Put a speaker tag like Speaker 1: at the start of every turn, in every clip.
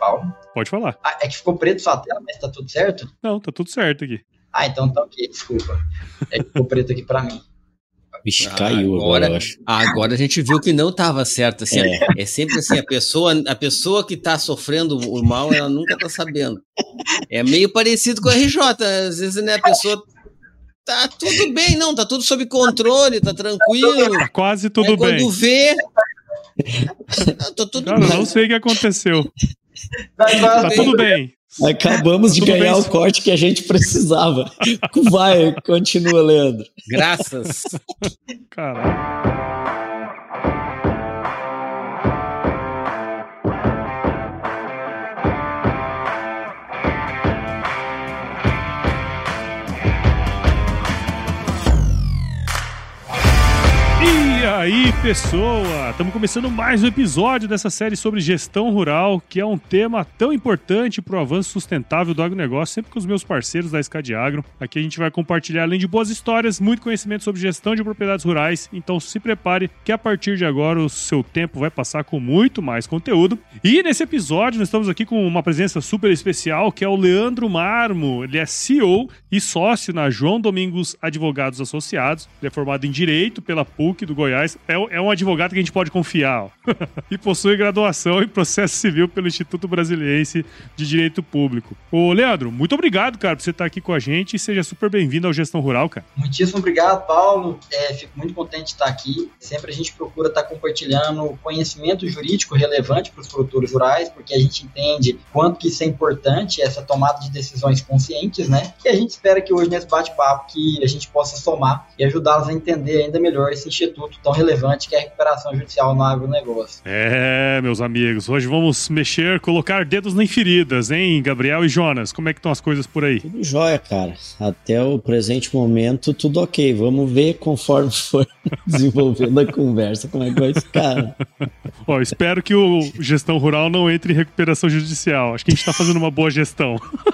Speaker 1: Paulo.
Speaker 2: Pode falar.
Speaker 1: É que ficou preto sua tela, mas tá tudo certo?
Speaker 2: Não, tá tudo certo aqui.
Speaker 1: Então tá ok, desculpa. É que ficou preto aqui pra mim.
Speaker 3: Vixe, caiu agora, eu acho.
Speaker 4: Agora a gente viu que não tava certo. Assim, é sempre assim, a pessoa que tá sofrendo o mal, ela nunca tá sabendo. É meio parecido com a RJ. Às vezes, né, a pessoa... Tá tudo bem, não, tá tudo sob controle, tá tranquilo.
Speaker 2: Tá quase tudo bem.
Speaker 4: Quando vê... Tá tudo
Speaker 2: Cara,
Speaker 4: bem.
Speaker 2: não sei o que aconteceu. Tá tudo bem.
Speaker 3: Acabamos de ganhar o corte que a gente precisava. Vai, continua, Leandro.
Speaker 4: Graças.
Speaker 2: Caralho. E aí, pessoa? Estamos começando mais um episódio dessa série sobre gestão rural, que é um tema tão importante para o avanço sustentável do agronegócio, sempre com os meus parceiros da SCAD Agro. Aqui a gente vai compartilhar, além de boas histórias, muito conhecimento sobre gestão de propriedades rurais, então se prepare que a partir de agora o seu tempo vai passar com muito mais conteúdo. E nesse episódio nós estamos aqui com uma presença super especial, que é o Leandro Marmo. Ele é CEO e sócio na João Domingos Advogados Associados. Ele é formado em Direito pela PUC do Goiás. É um advogado que a gente pode confiar. Ó. E possui graduação em Processo Civil pelo Instituto Brasiliense de Direito Público. Ô, Leandro, muito obrigado, cara, por você estar aqui com a gente e seja super bem-vindo ao Gestão Rural, cara.
Speaker 1: Muitíssimo obrigado, Paulo. Fico muito contente de estar aqui. Sempre a gente procura estar compartilhando conhecimento jurídico relevante para os produtores rurais, porque a gente entende quanto que isso é importante, essa tomada de decisões conscientes, né? E a gente espera que hoje, nesse bate-papo, que a gente possa somar e ajudá-los a entender ainda melhor esse instituto tão relevante que é a recuperação judicial no agronegócio.
Speaker 2: Meus amigos, hoje vamos colocar dedos em feridas, hein, Gabriel e Jonas? Como é que estão as coisas por aí?
Speaker 3: Tudo jóia, cara. Até o presente momento, tudo ok. Vamos ver conforme for desenvolvendo a conversa, como é que vai ficar.
Speaker 2: Ó, espero que o Gestão Rural não entre em recuperação judicial. Acho que a gente tá fazendo uma boa gestão.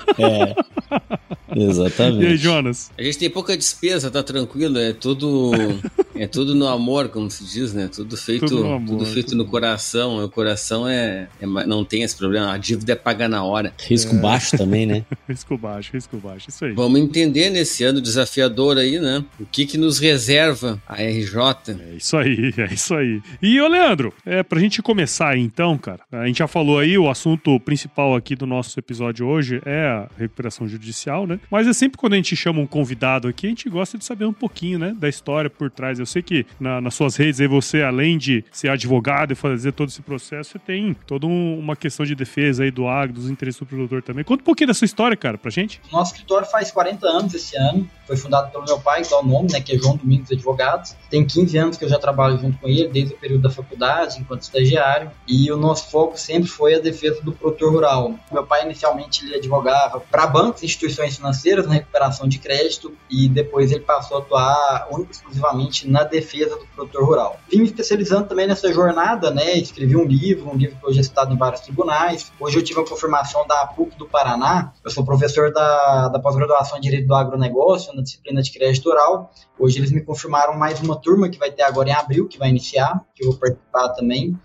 Speaker 3: Exatamente.
Speaker 2: E aí, Jonas?
Speaker 4: A gente tem pouca despesa, tá tranquilo, é tudo no amor, como se diz, né? Tudo feito no coração. O coração não tem esse problema, a dívida é paga na hora.
Speaker 3: Risco baixo também, né?
Speaker 2: risco baixo, isso aí.
Speaker 4: Vamos entender nesse ano desafiador aí, né? O que nos reserva a RJ.
Speaker 2: É isso aí. E, ô Leandro, pra gente começar aí então, cara, a gente já falou aí, o assunto principal aqui do nosso episódio hoje é a recuperação judicial, né? Mas é sempre quando a gente chama um convidado aqui, a gente gosta de saber um pouquinho, né, da história por trás. Eu sei que nas suas redes aí você, além de ser advogado e fazer todo esse processo, você tem toda uma questão de defesa aí do agro, dos interesses do produtor também. Conta um pouquinho da sua história, cara, pra gente.
Speaker 1: Nosso escritório faz 40 anos esse ano. Foi fundado pelo meu pai, que dá o nome, né, que é João Domingos Advogados. Tem 15 anos que eu já trabalho junto com ele, desde o período da faculdade, enquanto estagiário. E o nosso foco sempre foi a defesa do produtor rural. Meu pai, inicialmente, ele advogava para bancos e instituições financeiras na recuperação de crédito e depois ele passou a atuar única e exclusivamente na defesa do produtor rural. Vim me especializando também nessa jornada, né? Escrevi um livro que hoje é citado em vários tribunais. Hoje eu tive a confirmação da PUC do Paraná. Eu sou professor da pós-graduação em Direito do Agronegócio, na disciplina de crédito rural. Hoje eles me confirmaram mais uma turma que vai ter agora em abril, que vai iniciar, que eu vou participar também.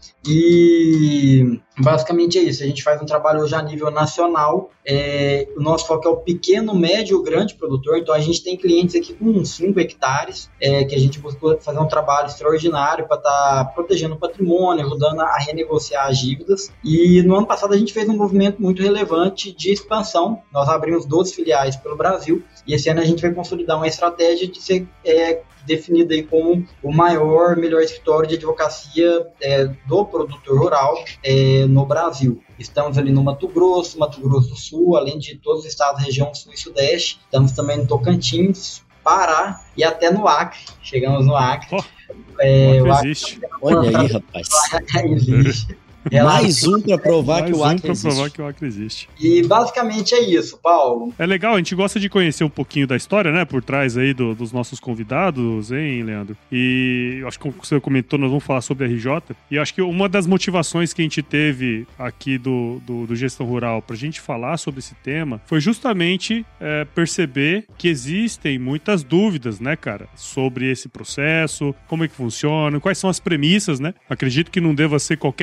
Speaker 1: E basicamente é isso, a gente faz um trabalho hoje a nível nacional. O nosso foco é o pequeno, médio e grande produtor, então a gente tem clientes aqui com uns 5 hectares, que a gente buscou fazer um trabalho extraordinário para estar protegendo o patrimônio, ajudando a renegociar as dívidas. E no ano passado a gente fez um movimento muito relevante de expansão. Nós abrimos 12 filiais pelo Brasil e esse ano a gente vai consolidar uma estratégia de ser definida aí como o melhor escritório de advocacia do produtor rural no Brasil. Estamos ali no Mato Grosso do Sul, além de todos os estados da região Sul e Sudeste. Estamos também no Tocantins, Pará e até no Acre. Chegamos no Acre.
Speaker 2: O Acre existe.
Speaker 3: Olha aí, rapaz.
Speaker 1: Existe.
Speaker 3: Mais um para provar que o Acre
Speaker 2: existe.
Speaker 1: E basicamente é isso, Paulo.
Speaker 2: É legal, a gente gosta de conhecer um pouquinho da história, né, por trás aí dos nossos convidados, hein, Leandro? E eu acho que, como você comentou, nós vamos falar sobre a RJ. E eu acho que uma das motivações que a gente teve aqui do Gestão Rural pra gente falar sobre esse tema foi justamente perceber que existem muitas dúvidas, né, cara, sobre esse processo, como é que funciona, quais são as premissas, né? Acredito que não deva ser qualquer tipo de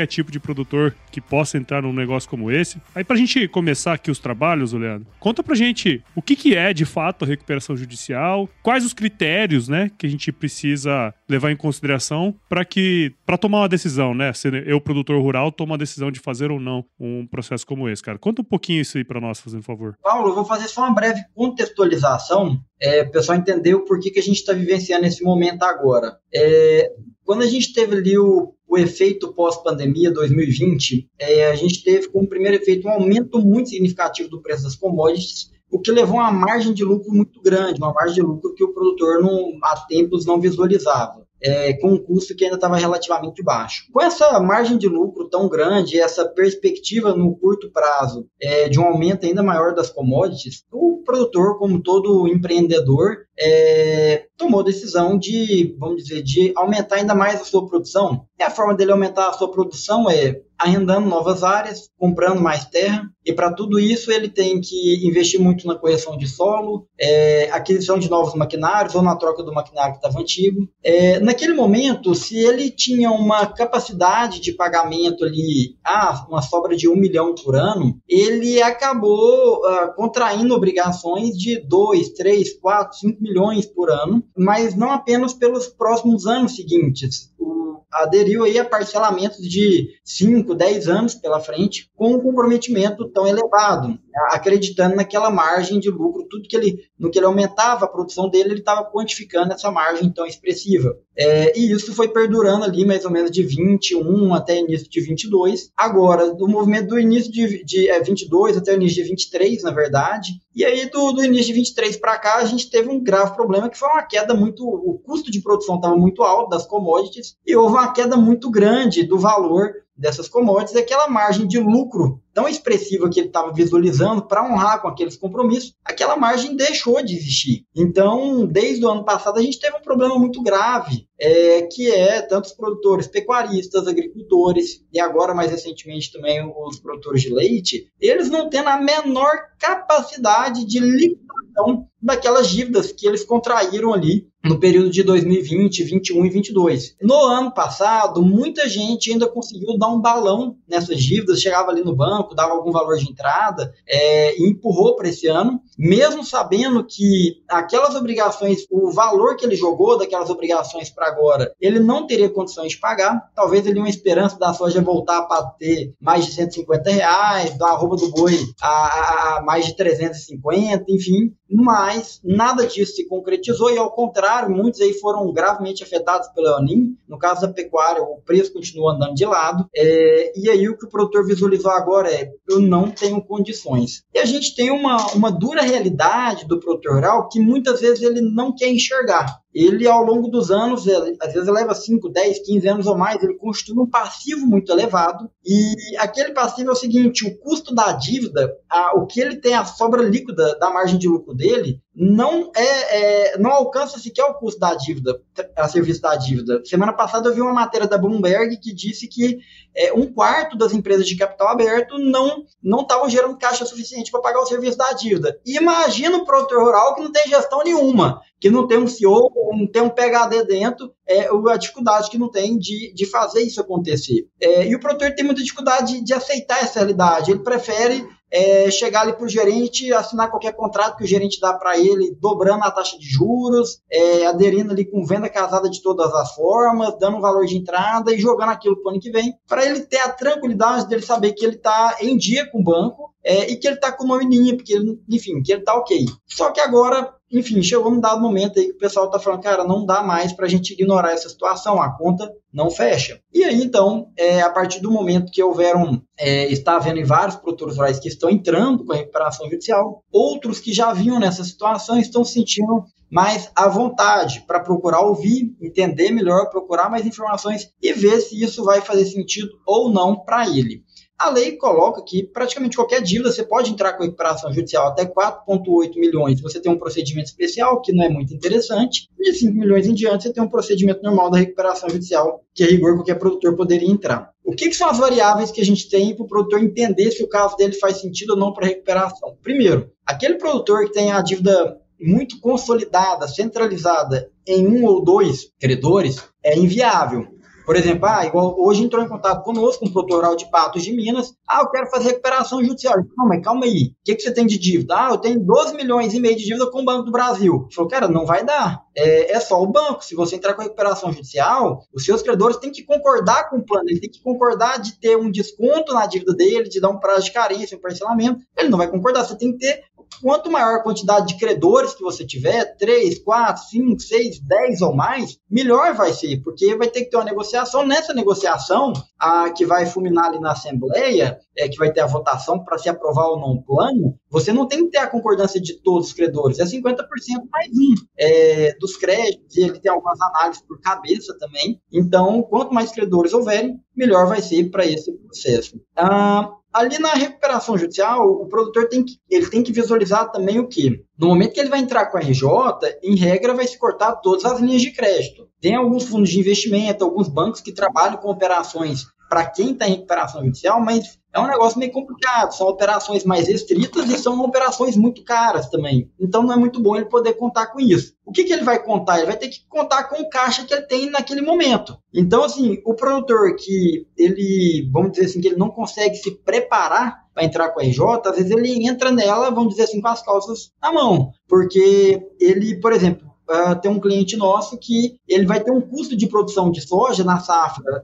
Speaker 2: produtor que possa entrar num negócio como esse. Aí pra gente começar aqui os trabalhos, Leandro, conta pra gente o que é de fato a recuperação judicial, quais os critérios, né, que a gente precisa levar em consideração para tomar uma decisão, né? Se eu, produtor rural, tomo a decisão de fazer ou não um processo como esse, cara. Conta um pouquinho isso aí pra nós, fazendo um favor.
Speaker 1: Paulo, eu vou fazer só uma breve contextualização, o pessoal entender o porquê que a gente está vivenciando esse momento agora. Quando a gente teve ali o efeito pós-pandemia 2020, a gente teve como primeiro efeito um aumento muito significativo do preço das commodities, o que levou a uma margem de lucro muito grande, uma margem de lucro que o produtor há tempos não visualizava. Com um custo que ainda estava relativamente baixo. Com essa margem de lucro tão grande, essa perspectiva no curto prazo de um aumento ainda maior das commodities, o produtor, como todo empreendedor, tomou a decisão de, vamos dizer, de aumentar ainda mais a sua produção. E a forma dele aumentar a sua produção é arrendando novas áreas, comprando mais terra, e para tudo isso ele tem que investir muito na correção de solo, aquisição de novos maquinários ou na troca do maquinário que estava antigo. Naquele momento, se ele tinha uma capacidade de pagamento ali, uma sobra de 1 milhão por ano, ele acabou contraindo obrigações de 2, 3, 4, 5 milhões por ano, mas não apenas pelos próximos anos seguintes. Aderiu aí a parcelamentos de 5, 10 anos pela frente, com um comprometimento tão elevado, acreditando naquela margem de lucro, no que ele aumentava a produção dele, ele estava quantificando essa margem tão expressiva. E isso foi perdurando ali mais ou menos de 21 até início de 22. Agora, do movimento do início de 22 até o início de 23, na verdade, e aí do início de 23 para cá, a gente teve um grave problema que foi uma queda o custo de produção estava muito alto das commodities e houve uma queda muito grande do valor dessas commodities, aquela margem de lucro tão expressiva que ele estava visualizando para honrar com aqueles compromissos, aquela margem deixou de existir. Então, desde o ano passado, a gente teve um problema muito grave, que tanto os produtores pecuaristas, agricultores, e agora, mais recentemente, também os produtores de leite, eles não tendo a menor capacidade de liquidação daquelas dívidas que eles contraíram ali no período de 2020, 21 e 22. No ano passado, muita gente ainda conseguiu dar um balão nessas dívidas, chegava ali no banco, dava algum valor de entrada e empurrou para esse ano, mesmo sabendo que aquelas obrigações, o valor que ele jogou daquelas obrigações para agora, ele não teria condições de pagar. Talvez ele uma esperança da soja voltar para ter mais de R$150, da arroba do boi a mais de 350, enfim, mas nada disso se concretizou e, ao contrário, muitos aí foram gravemente afetados pelo El Niño. No caso da pecuária, o preço continua andando de lado, e aí o que o produtor visualizou agora eu não tenho condições. E a gente tem uma dura realidade do produtor rural que muitas vezes ele não quer enxergar. Ele, ao longo dos anos, às vezes leva 5, 10, 15 anos ou mais, ele constitui um passivo muito elevado, e aquele passivo é o seguinte: o custo da dívida, o que ele tem, a sobra líquida da margem de lucro dele, não alcança sequer o custo da dívida, a serviço da dívida. Semana passada eu vi uma matéria da Bloomberg que disse que 1/4 das empresas de capital aberto não estavam gerando caixa suficiente para pagar o serviço da dívida. E imagina o produtor rural que não tem gestão nenhuma, que não tem um CEO, não tem um PhD dentro, a dificuldade que não tem de fazer isso acontecer. E o produtor tem muita dificuldade de aceitar essa realidade. Ele prefere chegar ali para o gerente, assinar qualquer contrato que o gerente dá para ele, dobrando a taxa de juros, aderindo ali com venda casada de todas as formas, dando um valor de entrada e jogando aquilo para o ano que vem, para ele ter a tranquilidade dele saber que ele está em dia com o banco e que ele está com o nome limpo, que ele está ok. Só que agora, enfim, chegou um dado momento aí que o pessoal está falando, cara, não dá mais para a gente ignorar essa situação, a conta não fecha. E aí, então, a partir do momento que está havendo vários produtores rurais que estão entrando com a recuperação judicial, outros que já vinham nessa situação estão se sentindo mais à vontade para procurar ouvir, entender melhor, procurar mais informações e ver se isso vai fazer sentido ou não para ele. A lei coloca que praticamente qualquer dívida você pode entrar com recuperação judicial até 4,8 milhões. Você tem um procedimento especial, que não é muito interessante. E de 5 milhões em diante, você tem um procedimento normal da recuperação judicial, que a rigor qualquer produtor poderia entrar. O que são as variáveis que a gente tem para o produtor entender se o caso dele faz sentido ou não para recuperação? Primeiro, aquele produtor que tem a dívida muito consolidada, centralizada em 1 ou 2 credores, é inviável. Por exemplo, igual hoje entrou em contato conosco um produtor rural de Patos de Minas. Eu quero fazer recuperação judicial. Não, mas calma aí. O que você tem de dívida? Eu tenho 12 milhões e meio de dívida com o Banco do Brasil. Ele falou, cara, não vai dar. É só o banco. Se você entrar com a recuperação judicial, os seus credores têm que concordar com o plano. Ele tem que concordar de ter um desconto na dívida dele, de dar um prazo de carência, um parcelamento. Ele não vai concordar. Você tem que ter, quanto maior a quantidade de credores que você tiver, 3, 4, 5, 6, 10 ou mais, melhor vai ser, porque vai ter que ter uma negociação. Nessa negociação, que vai fulminar ali na Assembleia, que vai ter a votação para se aprovar ou não o plano, você não tem que ter a concordância de todos os credores, é 50% mais um dos créditos, e ele tem algumas análises por cabeça também. Então, quanto mais credores houverem, melhor vai ser para esse processo. Ali na recuperação judicial, o produtor tem que visualizar também o quê? No momento que ele vai entrar com a RJ, em regra vai se cortar todas as linhas de crédito. Tem alguns fundos de investimento, alguns bancos que trabalham com operações para quem está em recuperação judicial, mas é um negócio meio complicado. São operações mais restritas e são operações muito caras também. Então não é muito bom ele poder contar com isso. O que ele vai contar? Ele vai ter que contar com o caixa que ele tem naquele momento. Então, assim, o produtor que ele, vamos dizer assim, que ele não consegue se preparar para entrar com a RJ, às vezes ele entra nela, vamos dizer assim, com as calças na mão. Porque ele, por exemplo, tem um cliente nosso que ele vai ter um custo de produção de soja na safra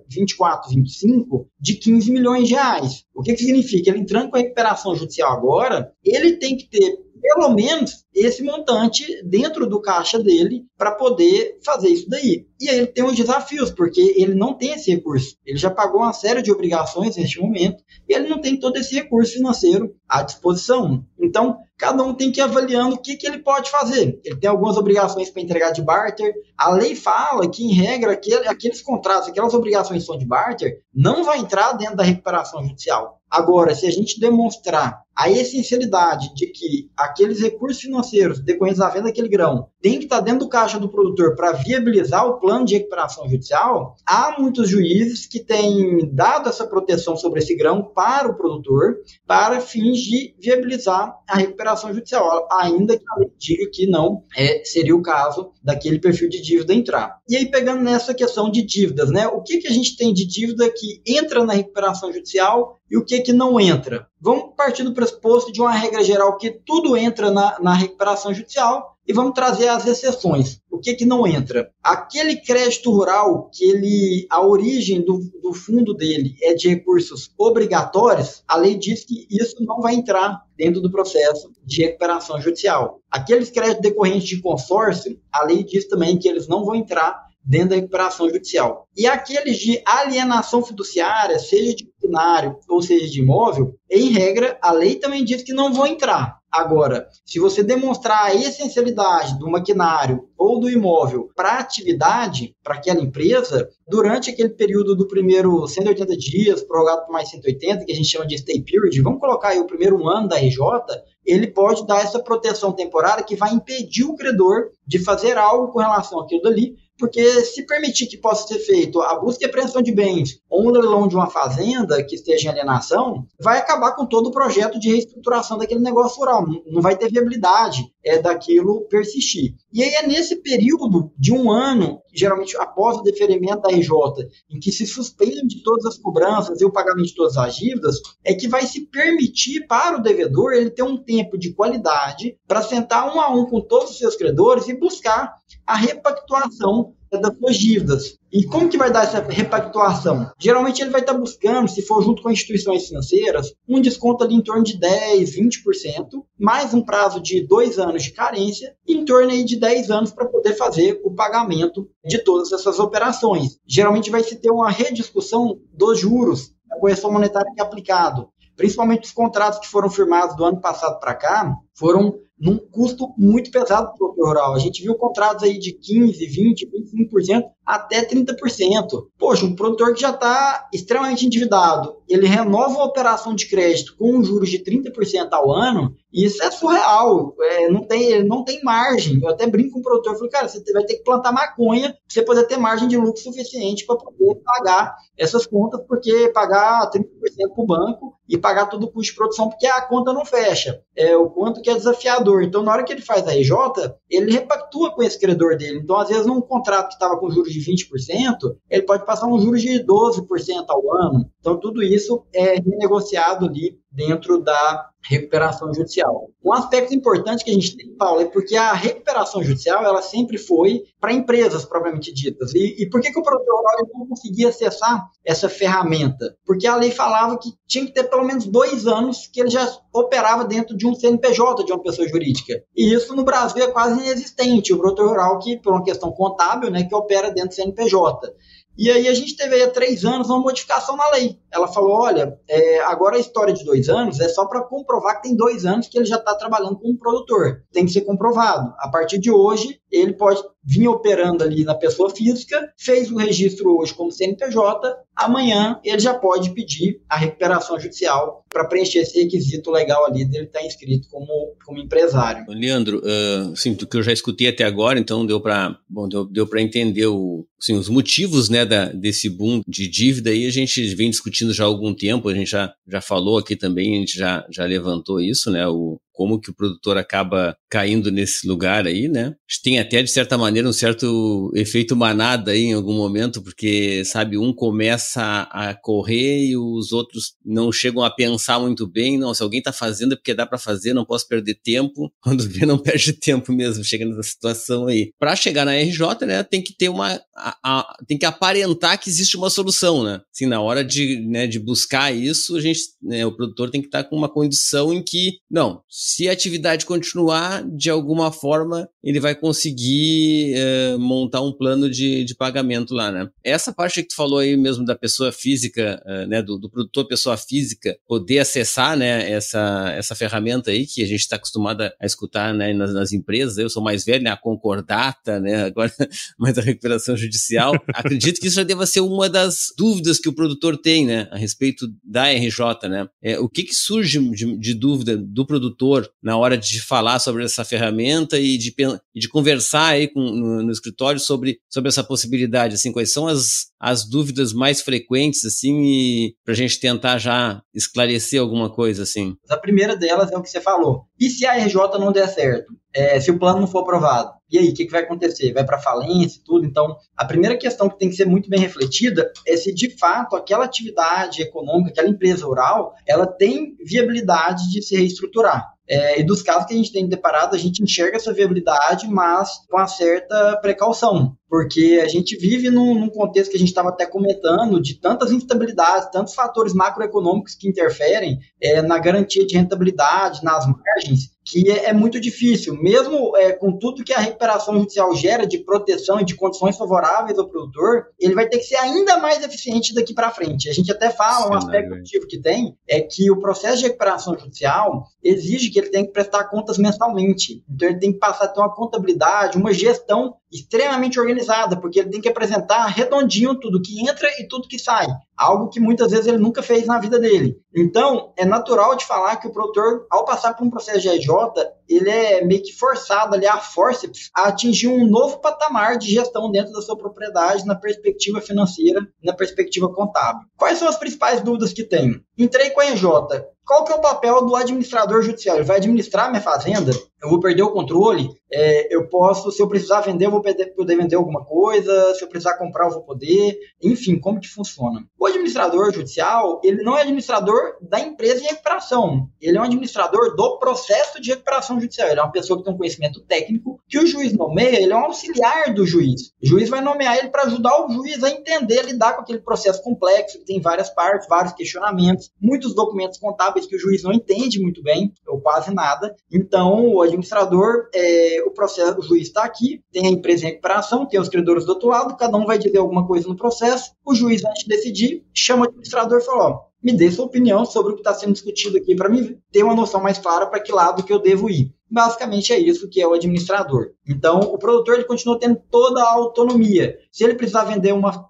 Speaker 1: 24-25 de 15 milhões de reais. O que significa? Ele entrando com a recuperação judicial agora, ele tem que ter pelo menos esse montante dentro do caixa dele para poder fazer isso daí. E aí ele tem uns desafios, porque ele não tem esse recurso. Ele já pagou uma série de obrigações neste momento e ele não tem todo esse recurso financeiro à disposição. Então, cada um tem que ir avaliando o que ele pode fazer. Ele tem algumas obrigações para entregar de barter. A lei fala que, em regra, aqueles contratos, aquelas obrigações que são de barter, não vai entrar dentro da recuperação judicial. Agora, se a gente demonstrar a essencialidade de que aqueles recursos financeiros decorrentes da venda daquele grão tem que estar dentro do caixa do produtor para viabilizar o plano de recuperação judicial, há muitos juízes que têm dado essa proteção sobre esse grão para o produtor para fins de viabilizar a recuperação judicial, ainda que a lei diga que não seria o caso daquele perfil de dívida entrar. E aí, pegando nessa questão de dívidas, né? O que a gente tem de dívida que entra na recuperação judicial e o que não entra? Vamos partir do pressuposto de uma regra geral que tudo entra na recuperação judicial e vamos trazer as exceções. O que não entra? Aquele crédito rural que a origem do fundo dele é de recursos obrigatórios, a lei diz que isso não vai entrar dentro do processo de recuperação judicial. Aqueles créditos decorrentes de consórcio, a lei diz também que eles não vão entrar dentro da recuperação judicial. E aqueles de alienação fiduciária, seja de maquinário ou seja de imóvel, em regra, a lei também diz que não vão entrar. Agora, se você demonstrar a essencialidade do maquinário ou do imóvel para a atividade, para aquela empresa, durante aquele período do primeiro 180 dias, prorrogado por mais 180, que a gente chama de stay period, vamos colocar aí o primeiro ano da RJ, ele pode dar essa proteção temporária que vai impedir o credor de fazer algo com relação àquilo dali, porque se permitir que possa ser feito a busca e apreensão de bens ou um leilão de uma fazenda que esteja em alienação, vai acabar com todo o projeto de reestruturação daquele negócio rural. Não vai ter viabilidade daquilo persistir. E aí é nesse período de um ano, geralmente após o deferimento da RJ, em que se suspende todas as cobranças e o pagamento de todas as dívidas, é que vai se permitir para o devedor ele ter um tempo de qualidade para sentar um a um com todos os seus credores e buscar a repactuação das suas dívidas. E como que vai dar essa repactuação? Geralmente ele vai estar buscando, se for junto com instituições financeiras, um desconto ali em torno de 10%, 20%, mais um prazo de 2 anos de carência, e em torno aí de 10 anos para poder fazer o pagamento de todas essas operações. Geralmente vai se ter uma rediscussão dos juros, da correção monetária que é aplicado. Principalmente os contratos que foram firmados do ano passado para cá, foram num custo muito pesado para o produtor rural. A gente viu contratos aí de 15%, 20%, 25%, até 30%. Poxa, um produtor que já está extremamente endividado, ele renova a operação de crédito com juros de 30% ao ano, e isso é surreal, ele não tem margem. Eu até brinco com o produtor, falei, cara, você vai ter que plantar maconha para você poder ter margem de lucro suficiente para poder pagar essas contas, porque pagar 30% para o banco e pagar todo o custo de produção, porque a conta não fecha. O quanto que é desafiador. Então, na hora que ele faz a RJ, ele repactua com esse credor dele. Então, às vezes, num contrato que estava com juros de 20%, ele pode passar um juros de 12% ao ano. Então, tudo isso é renegociado ali dentro da recuperação judicial. Um aspecto importante que a gente tem, Paulo, é porque a recuperação judicial ela sempre foi para empresas propriamente ditas. E por que o produtor rural não conseguia acessar essa ferramenta? Porque a lei falava que tinha que ter pelo menos 2 anos que ele já operava dentro de um CNPJ, de uma pessoa jurídica. E isso no Brasil é quase inexistente. O produtor rural, que por uma questão contábil, né, que opera dentro do CNPJ. E aí a gente teve aí há 3 anos uma modificação na lei. Ela falou, olha, agora a história de 2 anos é só para comprovar que tem 2 anos que ele já está trabalhando como produtor. Tem que ser comprovado. A partir de hoje, ele pode vir operando ali na pessoa física, fez o registro hoje como CNPJ, amanhã ele já pode pedir a recuperação judicial para preencher esse requisito legal ali dele estar inscrito como empresário.
Speaker 4: Leandro, assim, do que eu já escutei até agora, então deu para entender os motivos, né, desse boom de dívida aí. A gente vem discutindo já há algum tempo, a gente já falou aqui também, a gente já levantou isso, né, como que o produtor acaba caindo nesse lugar aí, né? Tem até, de certa maneira, um certo efeito manada aí em algum momento, porque, sabe, um começa a correr e os outros não chegam a pensar muito bem. Não, se alguém tá fazendo é porque dá para fazer, não posso perder tempo. Quando vê, não perde tempo mesmo, chega nessa situação aí. Para chegar na RJ, né, tem que ter tem que aparentar que existe uma solução, né? Assim, na hora de buscar isso, a gente, né, o produtor tem que estar com uma condição em que, não, se a atividade continuar, de alguma forma, ele vai conseguir montar um plano de pagamento lá, né? Essa parte que tu falou aí mesmo da pessoa física, né, do produtor pessoa física, poder acessar, né, essa ferramenta aí que a gente está acostumado a escutar, né, nas empresas. Eu sou mais velho, né, a concordata, né, agora mais a recuperação judicial. Acredito que isso já deva ser uma das dúvidas que o produtor tem, né, a respeito da RJ, né? O que surge de dúvida do produtor na hora de falar sobre essa ferramenta e de conversar aí no escritório sobre essa possibilidade, assim, quais são as dúvidas mais frequentes, assim, para a gente tentar já esclarecer alguma coisa, assim?
Speaker 1: A primeira delas é o que você falou. E se a RJ não der certo? Se o plano não for aprovado? E aí, o que vai acontecer? Vai para falência e tudo? Então, a primeira questão que tem que ser muito bem refletida é se, de fato, aquela atividade econômica, aquela empresa rural, ela tem viabilidade de se reestruturar. E dos casos que a gente tem deparado, a gente enxerga essa viabilidade, mas com uma certa precaução, porque a gente vive num contexto que a gente estava até comentando, de tantas instabilidades, tantos fatores macroeconômicos que interferem na garantia de rentabilidade, nas margens, que é muito difícil, mesmo com tudo que a recuperação judicial gera de proteção e de condições favoráveis ao produtor, ele vai ter que ser ainda mais eficiente daqui para frente. A gente até fala, um aspecto positivo que tem, é que o processo de recuperação judicial exige que ele tenha que prestar contas mensalmente. Então ele tem que passar a ter uma contabilidade, uma gestão extremamente organizada, porque ele tem que apresentar redondinho tudo que entra e tudo que sai. Algo que muitas vezes ele nunca fez na vida dele. Então, é natural de falar que o produtor, ao passar por um processo de RJ, ele é meio que forçado ali, a forceps, a atingir um novo patamar de gestão dentro da sua propriedade, na perspectiva financeira, na perspectiva contábil. Quais são as principais dúvidas que tem? Entrei com a RJ. Qual que é o papel do administrador judicial? Ele vai administrar minha fazenda? Eu vou perder o controle? Eu posso, se eu precisar vender, eu vou poder vender alguma coisa? Se eu precisar comprar, eu vou poder? Enfim, como que funciona? O administrador judicial, ele não é administrador da empresa de recuperação. Ele é um administrador do processo de recuperação judicial. Ele é uma pessoa que tem um conhecimento técnico que o juiz nomeia, ele é um auxiliar do juiz. O juiz vai nomear ele para ajudar o juiz a entender, lidar com aquele processo complexo, que tem várias partes, vários questionamentos, muitos documentos contábeis que o juiz não entende muito bem, ou quase nada. Então, o administrador, o juiz está aqui, tem a empresa em recuperação, tem os credores do outro lado, cada um vai dizer alguma coisa no processo, o juiz, antes de decidir, chama o administrador e fala, me dê sua opinião sobre o que está sendo discutido aqui, para mim ter uma noção mais clara para que lado que eu devo ir. Basicamente é isso que é o administrador. Então, o produtor ele continua tendo toda a autonomia. Se ele precisar vender uma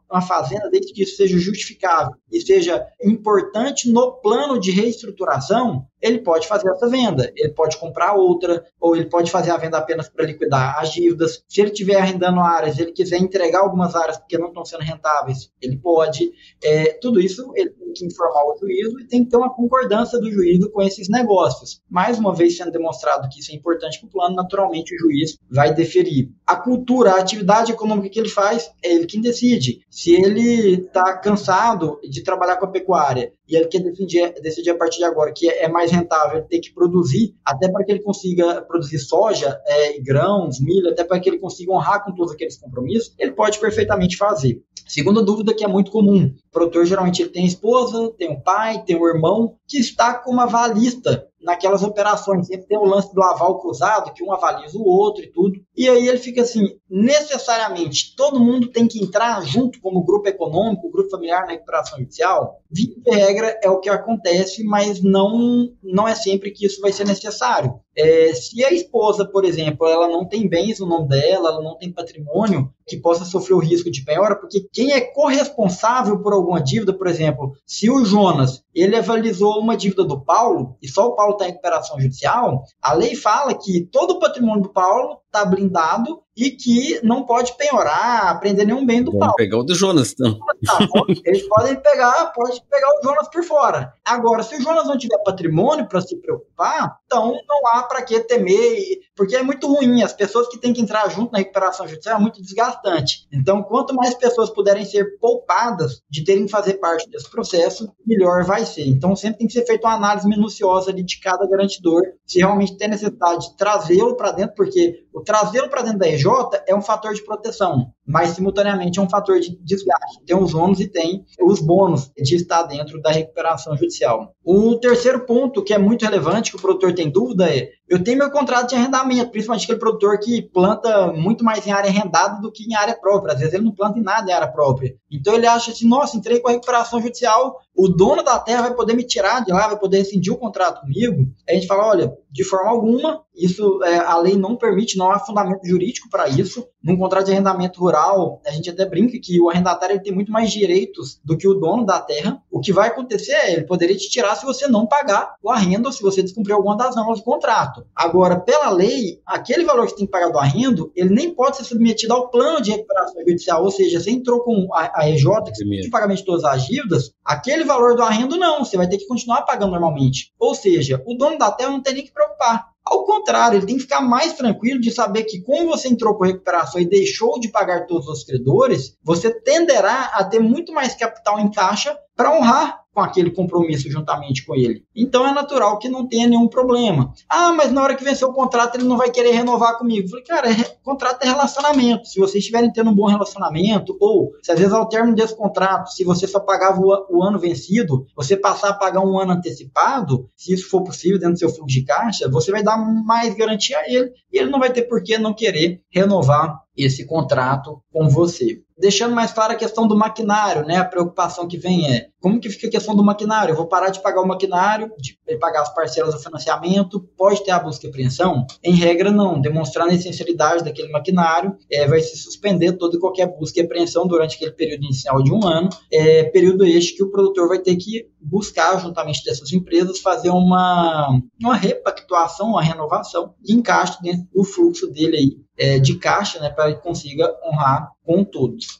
Speaker 1: uma fazenda, desde que isso seja justificável e seja importante no plano de reestruturação, ele pode fazer essa venda, ele pode comprar outra, ou ele pode fazer a venda apenas para liquidar as dívidas. Se ele estiver arrendando áreas, ele quiser entregar algumas áreas porque não estão sendo rentáveis, ele pode. Tudo isso ele tem que informar o juízo e tem que ter uma concordância do juízo com esses negócios. Mais uma vez sendo demonstrado que isso é importante para o plano, naturalmente o juiz vai deferir. A cultura, a atividade econômica que ele faz, é ele quem decide. Se ele está cansado de trabalhar com a pecuária e ele quer decidir a partir de agora que é mais rentável ele ter que produzir, até para que ele consiga produzir soja, grãos, milho, até para que ele consiga honrar com todos aqueles compromissos, ele pode perfeitamente fazer. Segunda dúvida que é muito comum, o produtor geralmente ele tem a esposa, tem o pai, tem o irmão, que está como avalista naquelas operações. Sempre tem o lance do aval cruzado, que um avaliza o outro e tudo. E aí ele fica assim, necessariamente todo mundo tem que entrar junto como grupo econômico, grupo familiar na recuperação judicial? Via de regra é o que acontece, mas não é sempre que isso vai ser necessário. Se a esposa, por exemplo, ela não tem bens no nome dela, ela não tem patrimônio que possa sofrer o risco de penhora, porque quem é corresponsável por alguma dívida, por exemplo, se o Jonas, ele avalizou uma dívida do Paulo, e só o Paulo está em recuperação judicial, a lei fala que todo o patrimônio do Paulo está blindado e que não pode penhorar, prender nenhum bem do Paulo.
Speaker 4: Vamos pegar o do Jonas, então.
Speaker 1: Eles podem pegar o Jonas por fora. Agora, se o Jonas não tiver patrimônio para se preocupar, então não há para que temer, porque é muito ruim. As pessoas que têm que entrar junto na recuperação judicial é muito desgastante. Então, quanto mais pessoas puderem ser poupadas de terem que fazer parte desse processo, melhor vai ser. Então, sempre tem que ser feita uma análise minuciosa ali de cada garantidor, se realmente tem necessidade de trazê-lo para dentro, porque o trazê-lo para dentro da RJ é um fator de proteção, mas simultaneamente é um fator de desgaste. Tem os ônus e tem os bônus de estar dentro da recuperação judicial. O terceiro ponto, que é muito relevante, que o produtor tem dúvida, eu tenho meu contrato de arrendamento, principalmente aquele produtor que planta muito mais em área arrendada do que em área própria. Às vezes ele não planta em nada em área própria. Então ele acha assim, nossa, entrei com a recuperação judicial, o dono da terra vai poder me tirar de lá, vai poder rescindir o contrato comigo. Aí a gente fala, olha, de forma alguma, isso a lei não permite, não há fundamento jurídico para isso. Num contrato de arrendamento rural, a gente até brinca que o arrendatário ele tem muito mais direitos do que o dono da terra. O que vai acontecer ele poderia te tirar se você não pagar o arrendo ou se você descumprir alguma das normas do contrato. Agora, pela lei, aquele valor que você tem que pagar do arrendo, ele nem pode ser submetido ao plano de recuperação judicial, ou seja, você entrou com a EJ, que tem pagamento de todas as dívidas, aquele valor do arrendo não, você vai ter que continuar pagando normalmente. Ou seja, o dono da terra não tem nem que preocupar. Ao contrário, ele tem que ficar mais tranquilo de saber que, como você entrou com recuperação e deixou de pagar todos os credores, você tenderá a ter muito mais capital em caixa para honrar com aquele compromisso juntamente com ele. Então é natural que não tenha nenhum problema. Ah, mas na hora que vencer o contrato ele não vai querer renovar comigo. Eu falei, cara, contrato é relacionamento. Se vocês estiverem tendo um bom relacionamento, ou se às vezes ao término desse contrato, se você só pagava o ano vencido, você passar a pagar um ano antecipado, se isso for possível dentro do seu fluxo de caixa, você vai dar mais garantia a ele e ele não vai ter por que não querer renovar esse contrato com você. Deixando mais clara a questão do maquinário, né? A preocupação que vem é, como que fica a questão do maquinário? Eu vou parar de pagar o maquinário, de pagar as parcelas do financiamento, pode ter a busca e apreensão? Em regra, não. Demonstrando a essencialidade daquele maquinário, vai se suspender toda e qualquer busca e apreensão durante aquele período inicial de um ano, período este que o produtor vai ter que buscar, juntamente dessas empresas, fazer uma repactuação, uma renovação de encaixe dentro do fluxo dele aí, de caixa, né, para que consiga honrar com todos.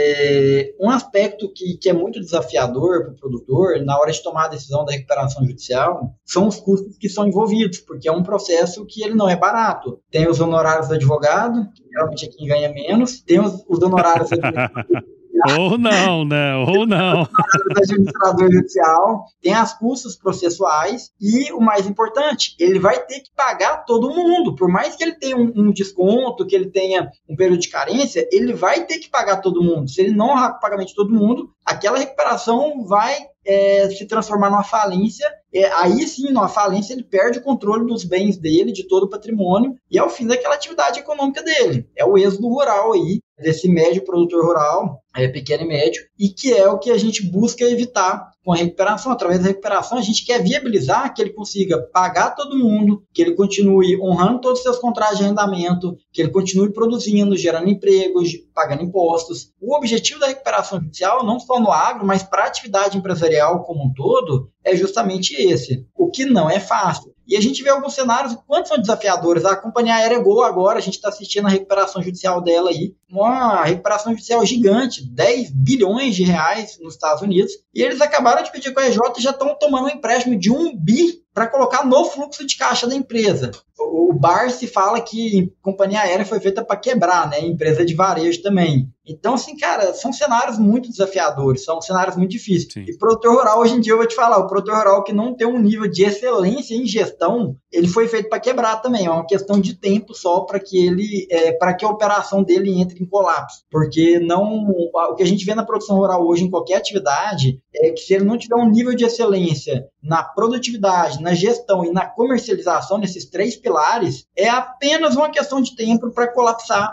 Speaker 1: Um aspecto que é muito desafiador para o produtor, na hora de tomar a decisão da recuperação judicial, são os custos que são envolvidos, porque é um processo que ele não é barato. Tem os honorários do advogado, que geralmente é quem ganha menos, tem os honorários
Speaker 2: ou não, né? Ou não.
Speaker 1: Do administrador judicial, tem as custas processuais e, o mais importante, ele vai ter que pagar todo mundo. Por mais que ele tenha um desconto, que ele tenha um período de carência, ele vai ter que pagar todo mundo. Se ele não honrar o pagamento de todo mundo, aquela recuperação vai se transformar numa falência. Aí sim, numa falência, ele perde o controle dos bens dele, de todo o patrimônio, e é o fim daquela atividade econômica dele. É o êxodo rural aí, desse médio produtor rural, pequeno e médio, e que é o que a gente busca evitar com a recuperação. Através da recuperação, a gente quer viabilizar que ele consiga pagar todo mundo, que ele continue honrando todos os seus contratos de arrendamento, que ele continue produzindo, gerando empregos, pagando impostos. O objetivo da recuperação judicial, não só no agro, mas para a atividade empresarial como um todo, é justamente esse, o que não é fácil. E a gente vê alguns cenários, quanto são desafiadores. A companhia aérea Gol agora, a gente está assistindo a recuperação judicial dela aí, uma recuperação judicial gigante, 10 bilhões de reais nos Estados Unidos, e eles acabaram de pedir com a EJ e já estão tomando um empréstimo de 1 bi para colocar no fluxo de caixa da empresa. O Barsi fala que companhia aérea foi feita para quebrar, né? Empresa de varejo também. Então, assim, cara, são cenários muito desafiadores, são cenários muito difíceis. Sim. E produtor rural, hoje em dia, eu vou te falar, o produtor rural que não tem um nível de excelência em gestão, ele foi feito para quebrar também. É uma questão de tempo só para que para que a operação dele entre em colapso. Porque o que a gente vê na produção rural hoje, em qualquer atividade, é que se ele não tiver um nível de excelência na produtividade, na gestão e na comercialização, nesses 3 pilares, é apenas uma questão de tempo para colapsar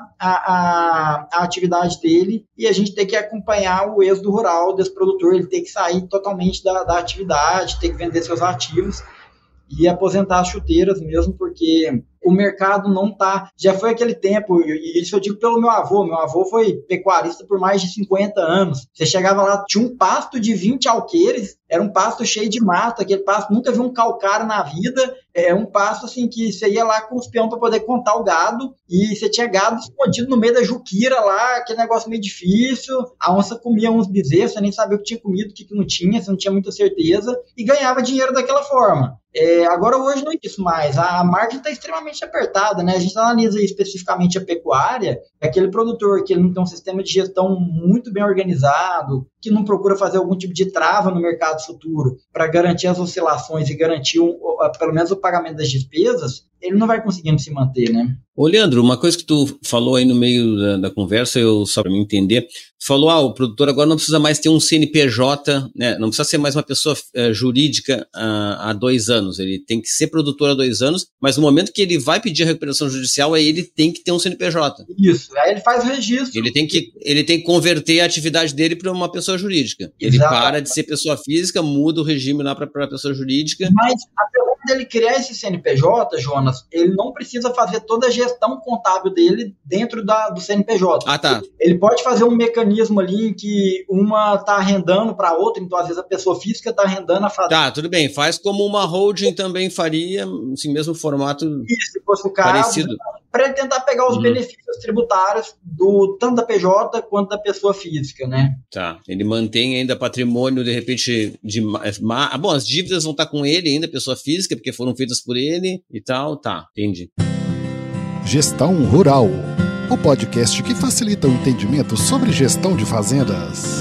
Speaker 1: a atividade dele, e a gente tem que acompanhar o êxodo rural desse produtor, ele tem que sair totalmente da atividade, tem que vender seus ativos e aposentar as chuteiras mesmo, porque o mercado não está... Já foi aquele tempo, e isso eu digo pelo meu avô foi pecuarista por mais de 50 anos. Você chegava lá, tinha um pasto de 20 alqueires, era um pasto cheio de mato, aquele pasto nunca viu um calcário na vida, é um pasto assim que você ia lá com os peões para poder contar o gado, e você tinha gado escondido no meio da juquira lá, aquele negócio meio difícil, a onça comia uns bezerros, você nem sabia o que tinha comido, o que não tinha, você não tinha muita certeza, e ganhava dinheiro daquela forma. Agora hoje não é isso mais, a margem está extremamente apertada, né? A gente analisa especificamente a pecuária, é aquele produtor que ele não tem um sistema de gestão muito bem organizado, que não procura fazer algum tipo de trava no mercado futuro para garantir as oscilações e garantir pelo menos o pagamento das despesas, ele não vai conseguindo se manter, né?
Speaker 4: Ô, Leandro, uma coisa que tu falou aí no meio da conversa, só para me entender, tu falou, o produtor agora não precisa mais ter um CNPJ, né? Não precisa ser mais uma pessoa jurídica há 2 anos, ele tem que ser produtor há 2 anos, mas no momento que ele vai pedir a recuperação judicial, aí ele tem que ter um CNPJ.
Speaker 1: Isso, aí ele faz o registro.
Speaker 4: Ele tem que converter a atividade dele para uma pessoa jurídica. Ele para de ser pessoa física, muda o regime lá para pessoa jurídica.
Speaker 1: Mas apesar dele criar esse CNPJ, Jonas, ele não precisa fazer toda a gestão contábil dele dentro do CNPJ.
Speaker 4: Ah, tá.
Speaker 1: Ele pode fazer um mecanismo ali em que uma está arrendando para a outra, então às vezes a pessoa física está arrendando a fazenda.
Speaker 4: Tá, tudo bem. Faz como uma holding também faria, assim, mesmo formato
Speaker 1: isso, se fosse o caso,
Speaker 4: parecido.
Speaker 1: Para ele tentar pegar os benefícios tributários tanto da PJ quanto da pessoa física, né?
Speaker 4: Tá, ele mantém ainda patrimônio, de repente, bom, as dívidas vão estar com ele ainda, pessoa física, porque foram feitas por ele e tal, tá, entendi.
Speaker 5: Gestão Rural, o podcast que facilita o entendimento sobre gestão de fazendas.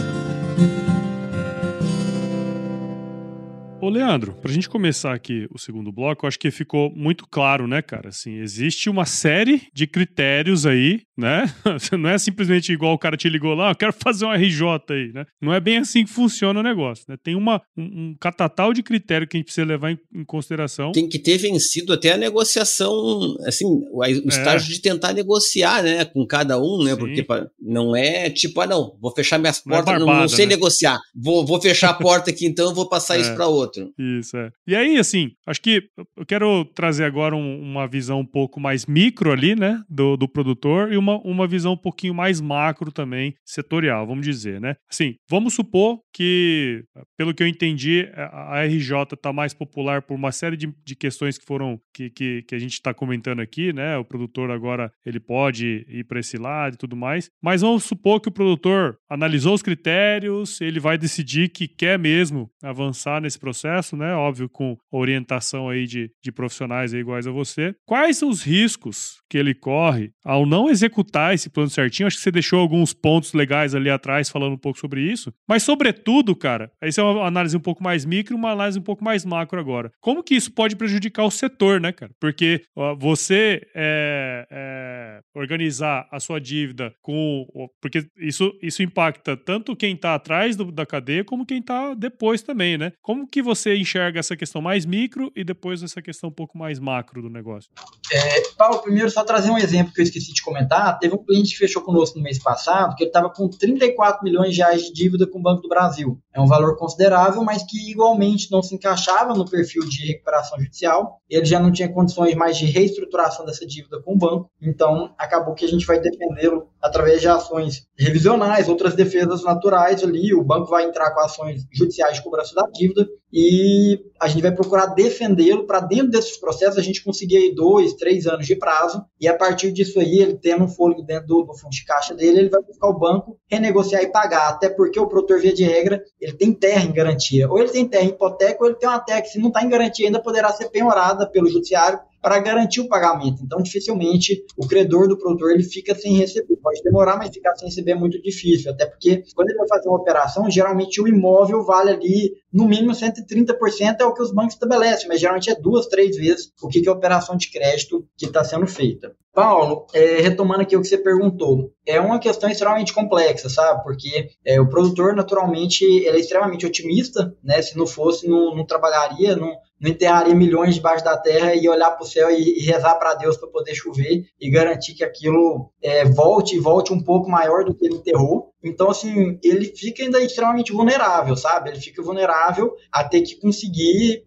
Speaker 2: Ô, Leandro, pra gente começar aqui o segundo bloco, eu acho que ficou muito claro, né, cara? Assim, existe uma série de critérios aí, né? Não é simplesmente igual o cara te ligou lá, eu quero fazer um RJ aí, né? Não é bem assim que funciona o negócio, né? Tem um catatal de critério que a gente precisa levar em consideração.
Speaker 4: Tem que ter vencido até a negociação, assim, o estágio de tentar negociar, né, com cada um, né? Sim. Porque não é tipo, não, vou fechar minhas portas, não sei, né? Negociar. Vou fechar a porta aqui, então eu vou passar isso para outro.
Speaker 2: Isso, E aí, assim, acho que eu quero trazer agora uma visão um pouco mais micro ali, né, do produtor e uma visão um pouquinho mais macro também, setorial, vamos dizer, né? Assim, vamos supor que, pelo que eu entendi, a RJ está mais popular por uma série de questões que foram, que a gente está comentando aqui, né? O produtor agora, ele pode ir para esse lado e tudo mais, mas vamos supor que o produtor analisou os critérios, ele vai decidir que quer mesmo avançar nesse processo, né? Óbvio, com orientação aí de profissionais aí iguais a você. Quais são os riscos que ele corre ao não executar esse plano certinho? Acho que você deixou alguns pontos legais ali atrás falando um pouco sobre isso, mas sobretudo, cara, essa é uma análise um pouco mais micro, uma análise um pouco mais macro agora. Como que isso pode prejudicar o setor, né, cara? Porque você organizar a sua dívida porque isso impacta tanto quem está atrás da cadeia como quem está depois também, né? Como que você enxerga essa questão mais micro e depois essa questão um pouco mais macro do negócio?
Speaker 1: Paulo, primeiro só trazer um exemplo que eu esqueci de comentar. citar, teve um cliente que fechou conosco no mês passado, que ele estava com 34 milhões de reais de dívida com o Banco do Brasil. É um valor considerável, mas que igualmente não se encaixava no perfil de recuperação judicial. Ele já não tinha condições mais de reestruturação dessa dívida com o banco, então acabou que a gente vai defendê-lo através de ações revisionais, outras defesas naturais ali, o banco vai entrar com ações judiciais de cobrança da dívida e a gente vai procurar defendê-lo para dentro desses processos a gente conseguir aí 2, 3 anos de prazo e a partir disso aí, ele tendo um fôlego dentro do fundo de caixa dele, ele vai buscar o banco, renegociar e pagar, até porque o produtor, via de regra, ele tem terra em garantia, ou ele tem terra em hipoteca ou ele tem uma terra que se não está em garantia ainda poderá ser penhorada pelo judiciário para garantir o pagamento. Então, dificilmente, o credor do produtor ele fica sem receber. Pode demorar, mas ficar sem receber é muito difícil. Até porque, quando ele vai fazer uma operação, geralmente o imóvel vale ali, no mínimo, 130% é o que os bancos estabelecem, mas geralmente é 2, 3 vezes o que é a operação de crédito que está sendo feita. Paulo, retomando aqui o que você perguntou, é uma questão extremamente complexa, sabe? Porque o produtor, naturalmente, ele é extremamente otimista, né? Se não fosse, não trabalharia, não enterraria milhões debaixo da terra e olhar para o céu e rezar para Deus para poder chover e garantir que aquilo volte um pouco maior do que ele enterrou. Então, assim, ele fica ainda extremamente vulnerável, sabe? Ele fica vulnerável a ter que conseguir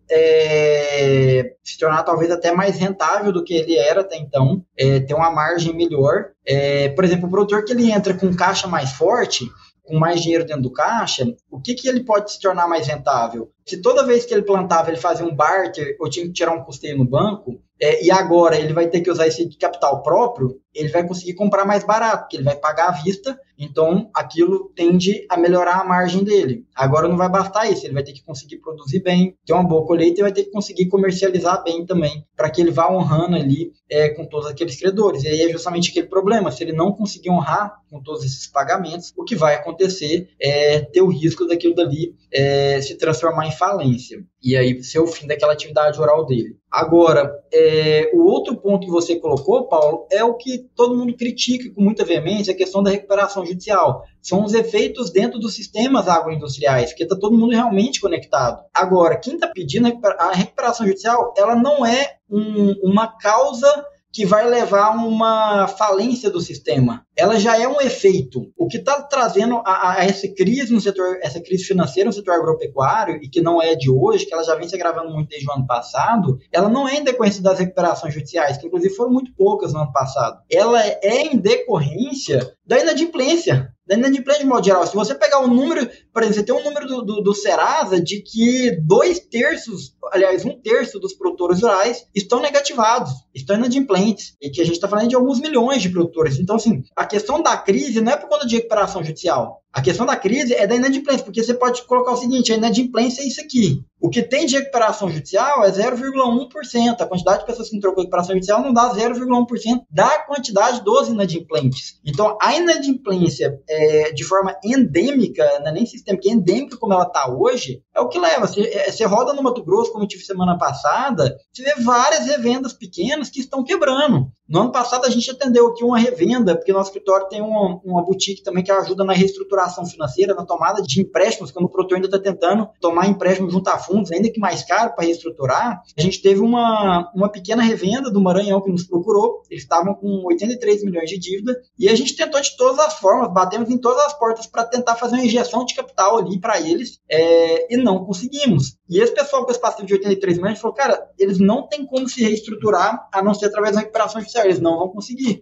Speaker 1: se tornar talvez até mais rentável do que ele era até então, ter uma margem melhor. Por exemplo, o produtor que ele entra com caixa mais forte, com mais dinheiro dentro do caixa, o que ele pode se tornar mais rentável? Se toda vez que ele plantava ele fazia um barter ou tinha que tirar um custeio no banco, e agora ele vai ter que usar esse capital próprio, ele vai conseguir comprar mais barato, porque ele vai pagar à vista, então aquilo tende a melhorar a margem dele. Agora não vai bastar isso, ele vai ter que conseguir produzir bem, ter uma boa colheita e vai ter que conseguir comercializar bem também, para que ele vá honrando ali com todos aqueles credores. E aí é justamente aquele problema, se ele não conseguir honrar com todos esses pagamentos, o que vai acontecer é ter o risco daquilo dali se transformar em falência. E aí ser o fim daquela atividade rural dele. Agora, o outro ponto que você colocou, Paulo, é o que todo mundo critica com muita veemência, a questão da recuperação judicial. São os efeitos dentro dos sistemas agroindustriais, porque está todo mundo realmente conectado. Agora, quem está pedindo a recuperação judicial, ela não é uma causa que vai levar a uma falência do sistema. Ela já é um efeito. O que está trazendo a essa crise no setor, essa crise financeira no setor agropecuário, e que não é de hoje, que ela já vem se agravando muito desde o ano passado, ela não é em decorrência das recuperações judiciais, que inclusive foram muito poucas no ano passado. Ela é em decorrência da inadimplência. Da inadimplência de modo geral. Se você pegar o número, por exemplo, você tem um número do Serasa de que 1/3 dos produtores rurais estão negativados, estão inadimplentes, e que a gente está falando de alguns milhões de produtores. Então, assim, a questão da crise não é por conta de recuperação judicial. A questão da crise é da inadimplência, porque você pode colocar o seguinte, a inadimplência é isso aqui. O que tem de recuperação judicial é 0,1%. A quantidade de pessoas que entrou com recuperação judicial não dá 0,1% da quantidade dos inadimplentes. Então, a inadimplência de forma endêmica, não é nem sistêmica, endêmica como ela está hoje, é o que leva. Você roda no Mato Grosso, como eu tive semana passada, você vê várias revendas pequenas que estão quebrando. No ano passado, a gente atendeu aqui uma revenda, porque nosso escritório tem uma boutique também que ajuda na reestruturação financeira, na tomada de empréstimos, quando o produtor ainda está tentando tomar empréstimo junto a fundos, ainda que mais caro para reestruturar. A gente teve uma pequena revenda do Maranhão que nos procurou, eles estavam com 83 milhões de dívida, e a gente tentou de todas as formas, batemos em todas as portas para tentar fazer uma injeção de capital ali para eles, e não conseguimos. E esse pessoal com esse passivo de 83 milhões falou, cara, eles não têm como se reestruturar a não ser através da recuperação judicial, eles não vão conseguir.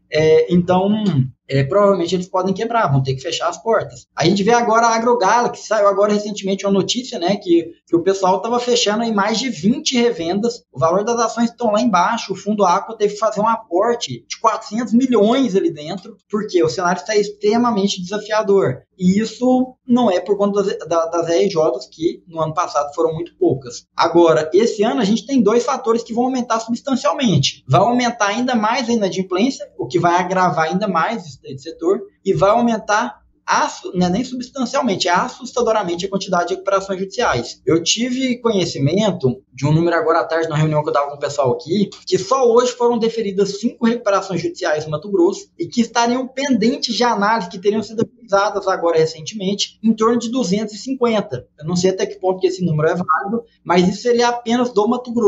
Speaker 1: Então, provavelmente eles podem quebrar, vão ter que fechar as portas. A gente vê agora a AgroGalaxy, saiu agora recentemente uma notícia, né, que o pessoal estava fechando em mais de 20 revendas, o valor das ações estão lá embaixo, o Fundo Aqua teve que fazer um aporte de 400 milhões ali dentro, porque o cenário está extremamente desafiador. E isso não é por conta das RJs, que no ano passado foram muito poucas. Agora, esse ano a gente tem 2 fatores que vão aumentar substancialmente. Vai aumentar ainda mais a inadimplência, o que vai agravar ainda mais esse setor, e vai aumentar, não é nem substancialmente, é assustadoramente a quantidade de recuperações judiciais. Eu tive conhecimento de um número agora à tarde, na reunião que eu dava com o pessoal aqui, que só hoje foram deferidas 5 recuperações judiciais no Mato Grosso e que estariam pendentes de análise, que teriam sido avisadas agora recentemente, em torno de 250. Eu não sei até que ponto que esse número é válido, mas isso seria apenas do Mato Grosso.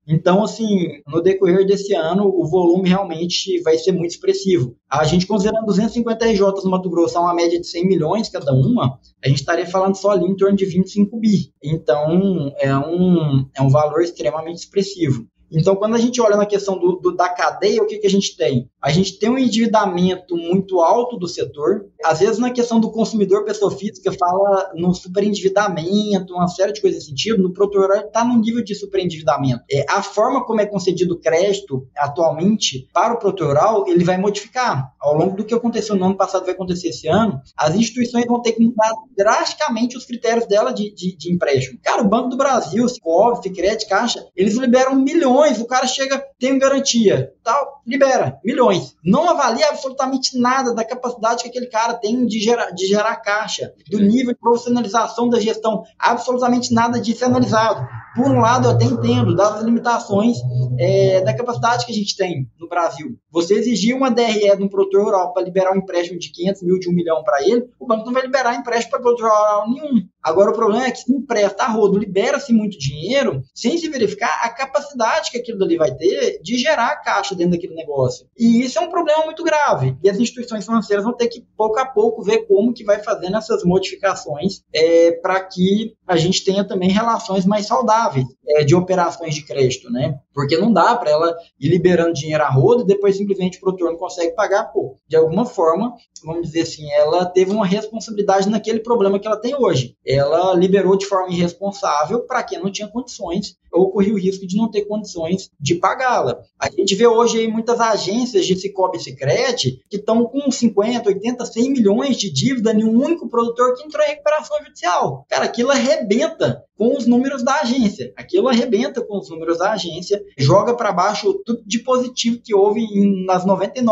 Speaker 1: Então, assim, no decorrer desse ano, o volume realmente vai ser muito expressivo. A gente, considerando 250 RJs no Mato Grosso, uma média de 100 milhões cada uma, a gente estaria falando só ali em torno de 25 bi. Então, é um valor extremamente expressivo. Então, quando a gente olha na questão da cadeia, o que a gente tem? A gente tem um endividamento muito alto do setor. Às vezes, na questão do consumidor, pessoa física, fala no superendividamento, uma série de coisas nesse sentido. No produtor rural, está no nível de superendividamento. A forma como é concedido o crédito atualmente para o produtor rural, ele vai modificar. Ao longo do que aconteceu no ano passado, vai acontecer esse ano, as instituições vão ter que mudar drasticamente os critérios dela de empréstimo. Cara, o Banco do Brasil, Sicoob, Sicredi, Caixa, eles liberam milhões. O cara chega, tem garantia, tal, libera milhões. Não avalia absolutamente nada da capacidade que aquele cara tem de gerar caixa, do nível de profissionalização da gestão. Absolutamente nada disso é analisado. Por um lado, eu até entendo das limitações da capacidade que a gente tem no Brasil. Você exigir uma DRE de um produtor rural para liberar um empréstimo de 500 mil, de 1 milhão para ele, o banco não vai liberar empréstimo para produtor rural nenhum. Agora, o problema é que se empresta a rodo, libera-se muito dinheiro, sem se verificar a capacidade que aquilo dali vai ter de gerar caixa dentro daquele negócio. E isso é um problema muito grave. E as instituições financeiras vão ter que, pouco a pouco, ver como que vai fazendo essas modificações para que a gente tenha também relações mais saudáveis de operações de crédito, né? Porque não dá para ela ir liberando dinheiro a rodo e depois simplesmente o produtor não consegue pagar. Pô, de alguma forma, vamos dizer assim, ela teve uma responsabilidade naquele problema que ela tem hoje. Ela liberou de forma irresponsável para quem não tinha condições ou corria o risco de não ter condições de pagá-la. A gente vê hoje aí muitas agências de Sicoob e Sicredi que estão com 50, 80, 100 milhões de dívida em um único produtor que entrou em recuperação judicial. Cara, aquilo arrebenta com os números da agência. Aquilo arrebenta com os números da agência, joga para baixo tudo de positivo que houve nas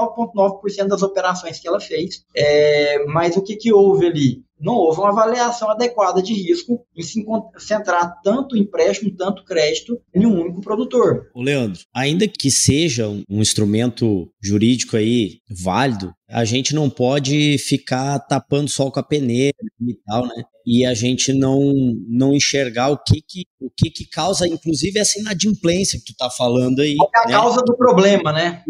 Speaker 1: 99,9% das operações que ela fez. Mas o que houve ali? Não houve uma avaliação adequada de risco em se concentrar tanto empréstimo, tanto crédito em um único produtor.
Speaker 3: Ô Leandro, ainda que seja um instrumento jurídico aí válido, a gente não pode ficar tapando sol com a peneira e tal, né? E a gente não enxergar o que causa, inclusive, essa inadimplência que tu tá falando aí.
Speaker 1: Qual é a causa do problema, né?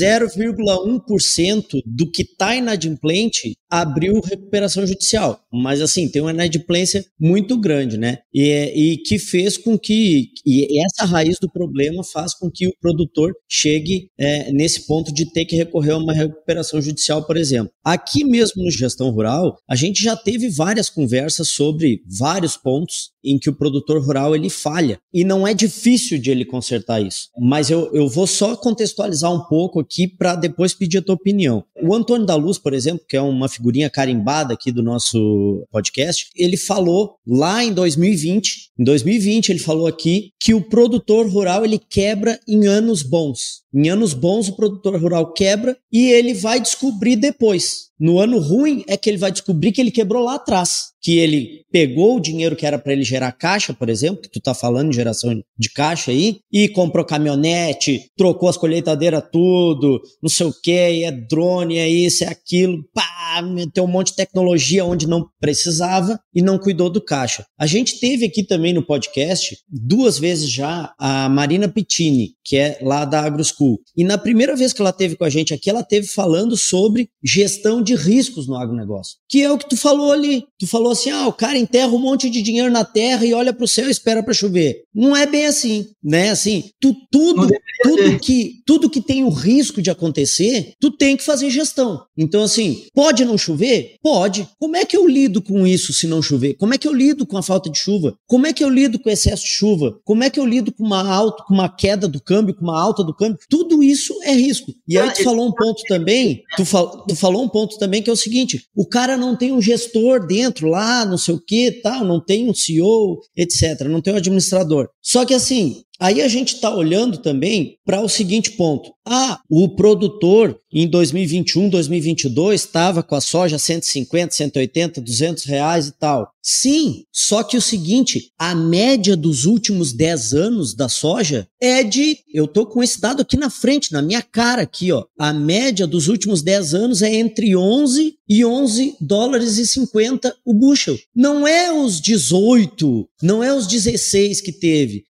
Speaker 3: 0,1% do que tá inadimplente abriu recuperação judicial. Mas, assim, tem uma inadimplência muito grande, né? E que fez com que... E essa raiz do problema faz com que o produtor chegue nesse ponto de ter que recorrer a uma recuperação judicial, por exemplo. Aqui mesmo no Gestão Rural, a gente já teve várias conversas sobre vários pontos em que o produtor rural ele falha. E não é difícil de ele consertar isso. Mas eu vou só contextualizar um pouco aqui para depois pedir a tua opinião. O Antônio da Luz, por exemplo, que é uma figurinha carimbada aqui do nosso podcast, ele falou lá em 2020, ele falou aqui que o produtor rural ele quebra em anos bons. Em anos bons o produtor rural quebra e ele vai descobrir depois. No ano ruim é que ele vai descobrir que ele quebrou lá atrás, que ele pegou o dinheiro que era para ele gerar caixa, por exemplo, que tu tá falando de geração de caixa aí, e comprou caminhonete, trocou as colheitadeiras tudo, não sei o que, é drone, é isso, é aquilo, pá, meteu um monte de tecnologia onde não precisava e não cuidou do caixa. A gente teve aqui também no podcast, 2 vezes já, a Marina Pittini, que é lá da AgroSchool. E na primeira vez que ela teve com a gente aqui, ela teve falando sobre gestão de riscos no agronegócio, que é o que tu falou ali. Tu falou assim, o cara enterra um monte de dinheiro na terra e olha pro céu e espera para chover. Não é bem assim, né? Assim, tudo que tem o risco de acontecer, tu tem que fazer gestão. Então, assim, pode não chover? Pode. Como é que eu lido com isso se não chover? Como é que eu lido com a falta de chuva? Como é que eu lido com o excesso de chuva? Como é que eu lido com uma queda do câmbio, com uma alta do câmbio? Tudo isso é risco. E aí tu falou um ponto também, tu falou um ponto também que é o seguinte, o cara não tem um gestor dentro lá, não sei o que, tal, não tem um CEO, etc, não tem um administrador. Só que assim, aí a gente está olhando também para o seguinte ponto. O produtor em 2021, 2022 estava com a soja 150, 180, 200 reais e tal. Sim, só que o seguinte, a média dos últimos 10 anos da soja é de, eu tô com esse dado aqui na frente, na minha cara aqui, ó. A média dos últimos 10 anos é entre 11 e 11 dólares e 50 o bushel. Não é os 18, não é os 16 que teve.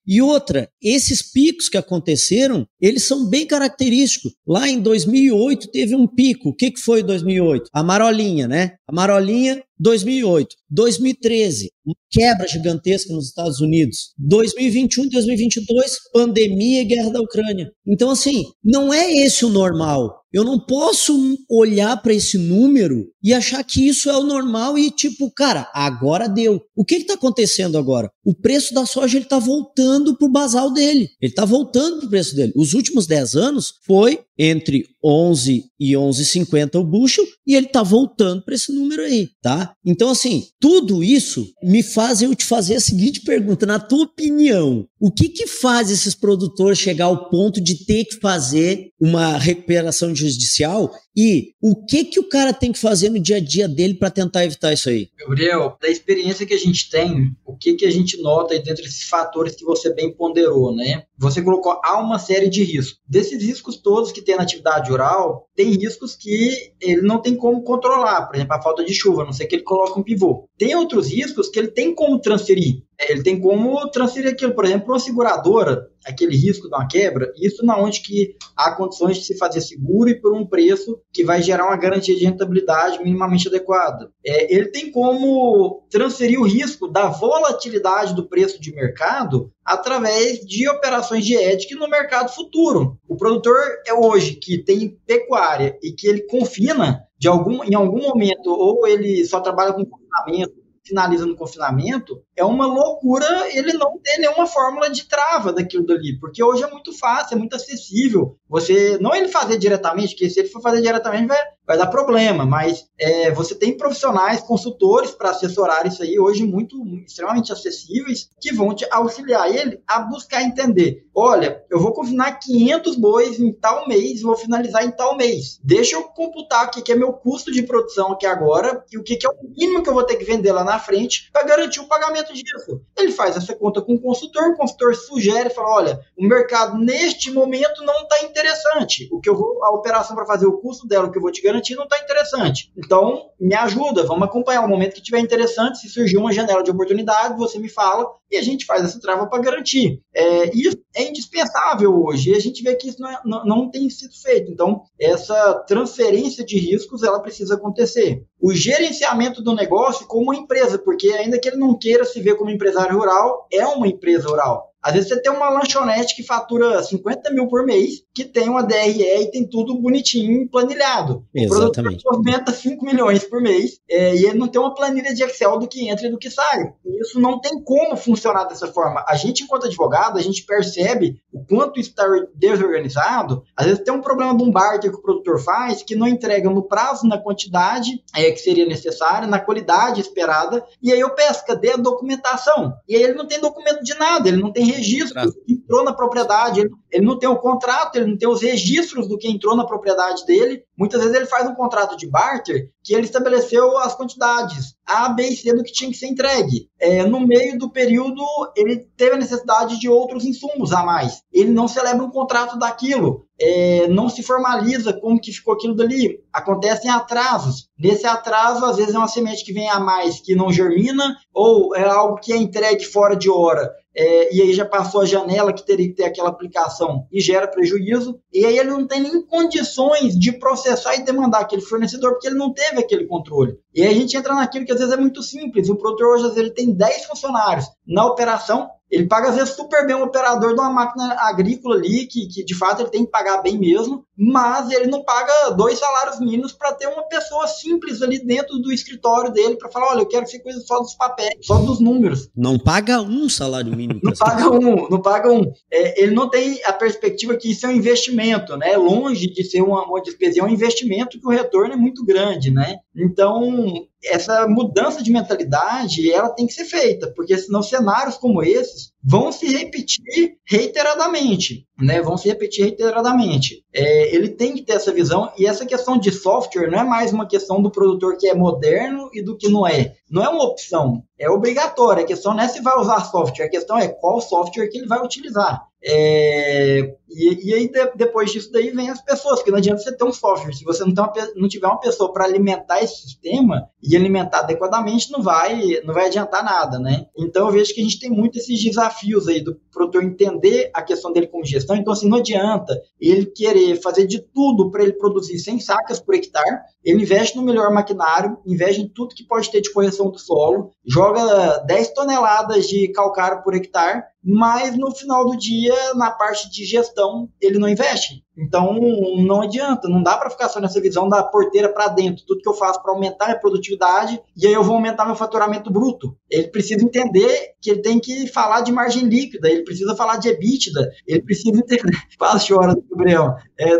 Speaker 3: E outra, esses picos que aconteceram, eles são bem característicos. Lá em 2008 teve um pico. O que foi 2008? A marolinha, né? A marolinha, 2008. 2013, uma quebra gigantesca nos Estados Unidos. 2021, 2022, pandemia e guerra da Ucrânia. Então, assim, não é esse o normal. Eu não posso olhar para esse número e achar que isso é o normal e tipo, cara, agora deu. O que está acontecendo agora? O preço da soja está voltando para o basal dele. Ele está voltando para o preço dele. Os últimos 10 anos foi entre 11 e 11,50 o bushel e ele está voltando para esse número aí, tá? Então, assim, tudo isso me faz eu te fazer a seguinte pergunta. Na tua opinião, o que faz esses produtores chegar ao ponto de ter que fazer uma recuperação judicial e o que o cara tem que fazer no dia a dia dele para tentar evitar isso aí?
Speaker 1: Gabriel, da experiência que a gente tem, o que a gente nota aí dentro desses fatores que você bem ponderou, né? Você colocou, há uma série de riscos. Desses riscos todos que tem na atividade rural, tem riscos que ele não tem como controlar, por exemplo, a falta de chuva, a não ser que ele coloque um pivô. Tem outros riscos que ele tem como transferir. Ele tem como transferir aquilo, por exemplo, para uma seguradora, aquele risco de uma quebra, isso na onde que há condições de se fazer seguro e por um preço que vai gerar uma garantia de rentabilidade minimamente adequada. Ele tem como transferir o risco da volatilidade do preço de mercado através de operações de hedging no mercado futuro. O produtor hoje que tem pecuária e que ele confina em algum momento, ou ele só trabalha com confinamento, finaliza no confinamento, é uma loucura ele não ter nenhuma fórmula de trava daquilo dali, porque hoje é muito fácil, é muito acessível. Você, não ele fazer diretamente, porque se ele for fazer diretamente vai dar problema, mas você tem profissionais, consultores para assessorar isso aí, hoje extremamente acessíveis, que vão te auxiliar ele a buscar entender. Olha, eu vou confinar 500 bois em tal mês, vou finalizar em tal mês. Deixa eu computar o que é meu custo de produção aqui agora e o que é o mínimo que eu vou ter que vender lá na frente para garantir o pagamento disso. Ele faz essa conta com o consultor sugere, fala, olha, o mercado neste momento não está interessante. A operação para fazer o custo dela, o que eu vou te garantir, não está interessante. Então, me ajuda, vamos acompanhar o momento que estiver interessante, se surgir uma janela de oportunidade, você me fala e a gente faz essa trava para garantir. Isso é indispensável hoje e a gente vê que isso não tem sido feito. Então, essa transferência de riscos, ela precisa acontecer. O gerenciamento do negócio como uma empresa, porque ainda que ele não queira se ver como empresário rural, é uma empresa rural. Às vezes você tem uma lanchonete que fatura 50 mil por mês, que tem uma DRE e tem tudo bonitinho, planilhado.
Speaker 3: Exatamente.
Speaker 1: O produtor movimenta 5 milhões por mês e ele não tem uma planilha de Excel do que entra e do que sai. Isso não tem como funcionar dessa forma. A gente, enquanto advogado, a gente percebe o quanto isso está desorganizado. Às vezes tem um problema de um barter que o produtor faz, que não entrega no prazo, na quantidade que seria necessária, na qualidade esperada, e aí eu peço, cadê a documentação? E aí ele não tem documento de nada, ele não tem registro do que entrou na propriedade, ele não tem o contrato, ele não tem os registros do que entrou na propriedade dele. Muitas vezes ele faz um contrato de barter que ele estabeleceu as quantidades A, B e C do que tinha que ser entregue. No meio do período, ele teve a necessidade de outros insumos a mais. Ele não celebra um contrato daquilo. Não se formaliza como que ficou aquilo dali. Acontecem atrasos. Nesse atraso, às vezes é uma semente que vem a mais que não germina, ou é algo que é entregue fora de hora. E aí já passou a janela que teria que ter aquela aplicação e gera prejuízo, e aí ele não tem nem condições de processar e demandar aquele fornecedor, porque ele não teve aquele controle. E aí a gente entra naquilo que às vezes é muito simples. O produtor hoje, às vezes, ele tem 10 funcionários na operação, ele paga às vezes super bem um operador de uma máquina agrícola ali, que de fato ele tem que pagar bem mesmo, mas ele não paga 2 salários mínimos para ter uma pessoa simples ali dentro do escritório dele para falar, olha, eu quero que você cuide só dos papéis, só dos números.
Speaker 3: Não paga um salário mínimo.
Speaker 1: Não paga um. Ele não tem a perspectiva que isso é um investimento, né? Longe de ser uma despesa, é um investimento que o retorno é muito grande, né? Então, essa mudança de mentalidade, ela tem que ser feita, porque senão cenários como esses vão se repetir reiteradamente, né? Ele tem que ter essa visão, e essa questão de software não é mais uma questão do produtor que é moderno e do que não é. Não é uma opção, é obrigatória. A questão não é se vai usar software, a questão é qual software que ele vai utilizar. E aí depois disso daí vem as pessoas, porque não adianta você ter um software, se você não tiver uma pessoa para alimentar esse sistema e alimentar adequadamente, não vai adiantar nada, né? Então eu vejo que a gente tem muito esses desafios aí produtor entender a questão dele como gestão. Então, assim, não adianta ele querer fazer de tudo para ele produzir 100 sacas por hectare. Ele investe no melhor maquinário, investe em tudo que pode ter de correção do solo, joga 10 toneladas de calcário por hectare, mas no final do dia, na parte de gestão, ele não investe. Então, não adianta, não dá para ficar só nessa visão da porteira para dentro. Tudo que eu faço para aumentar a produtividade e aí eu vou aumentar meu faturamento bruto. Ele precisa entender que ele tem que falar de margem líquida, ele precisa falar de EBITDA, ele precisa entender. Quase chora, Gabriel.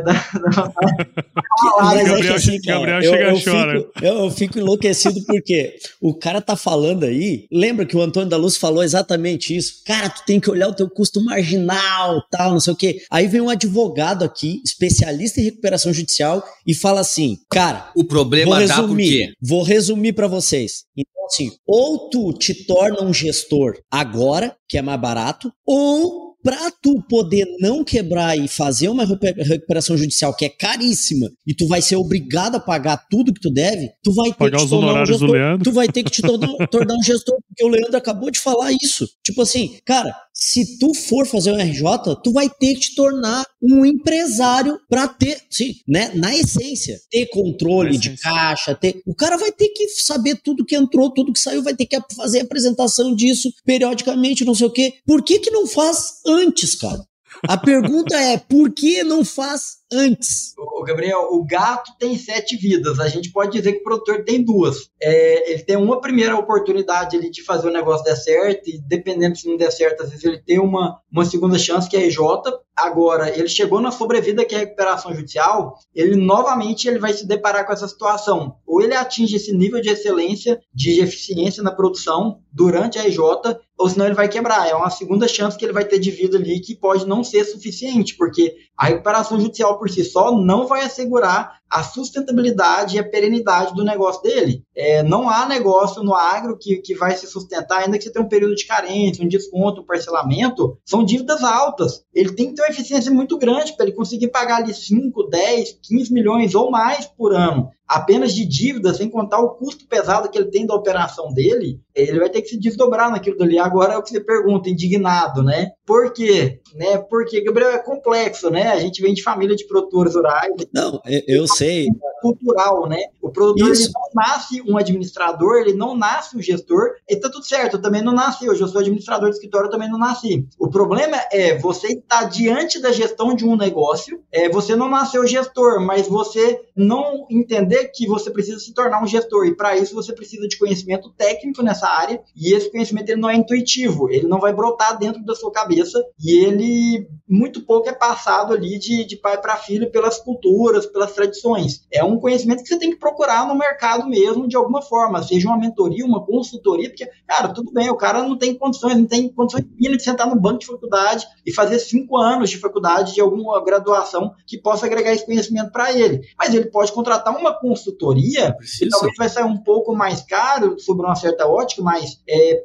Speaker 2: Gabriel chega a chorar.
Speaker 3: Eu fico enlouquecido porque o cara tá falando aí, lembra que o Antônio da Luz falou exatamente isso? Cara, tu tem que olhar o teu custo marginal, tal, não sei o quê. Aí vem um advogado aqui, especialista em recuperação judicial, e fala assim, cara,
Speaker 4: o problema dá por quê?
Speaker 3: Vou resumir para vocês. Então, assim, ou tu te torna um gestor agora, que é mais barato, ou para tu poder não quebrar e fazer uma recuperação judicial que é caríssima e tu vai ser obrigado a pagar tudo que tu deve, tu vai ter que te tornar um gestor. Tu vai ter que te tornar um gestor, porque o Leandro acabou de falar isso. Tipo assim, cara, se tu for fazer um RJ, tu vai ter que te tornar um empresário para ter, sim, né, na essência, ter controle de caixa, o cara vai ter que saber tudo que entrou, tudo que saiu, vai ter que fazer apresentação disso periodicamente, não sei o quê. Por que não faz antes, cara? A pergunta é, por que não faz antes?
Speaker 1: Ô, Gabriel, o gato tem 7 vidas. A gente pode dizer que o produtor tem 2. Ele tem uma primeira oportunidade ali de fazer o negócio dar certo, e dependendo se não der certo, às vezes ele tem uma segunda chance, que é a RJ. Agora, ele chegou na sobrevida, que é a recuperação judicial, ele novamente vai se deparar com essa situação. Ou ele atinge esse nível de excelência, de eficiência na produção durante a RJ, ou senão ele vai quebrar. É uma segunda chance que ele vai ter de vida ali, que pode não ser suficiente, porque a recuperação judicial por si só não vai assegurar a sustentabilidade e a perenidade do negócio dele. Não há negócio no agro que vai se sustentar, ainda que você tenha um período de carência, um desconto, um parcelamento, são dívidas altas. Ele tem que ter uma eficiência muito grande para ele conseguir pagar ali 5, 10, 15 milhões ou mais por ano apenas de dívida, sem contar o custo pesado que ele tem da operação dele. Ele vai ter que se desdobrar naquilo dali. Agora é o que você pergunta, indignado, né? Por quê? Porque, Gabriel, é complexo, né? A gente vem de família de produtores rurais.
Speaker 3: Não, eu sei.
Speaker 1: Cultural, né? O produtor, ele não nasce um administrador, ele não nasce um gestor, e tá tudo certo, eu também não nasci, hoje eu sou administrador de escritório, eu também não nasci. O problema é você estar diante da gestão de um negócio, você não nasceu gestor, mas você não entender que você precisa se tornar um gestor, e para isso você precisa de conhecimento técnico nessa área, e esse conhecimento ele não é intuitivo, ele não vai brotar dentro da sua cabeça, e ele muito pouco é passado ali de pai para filho pelas culturas, pelas tradições. É um conhecimento que você tem que procurar no mercado mesmo, de alguma forma, seja uma mentoria, uma consultoria, porque, cara, tudo bem, o cara não tem condições mínimas de sentar no banco de faculdade e fazer 5 anos de faculdade de alguma graduação que possa agregar esse conhecimento para ele. Mas ele pode contratar uma consultoria, que talvez vai sair um pouco mais caro, sobre uma certa ótica, mas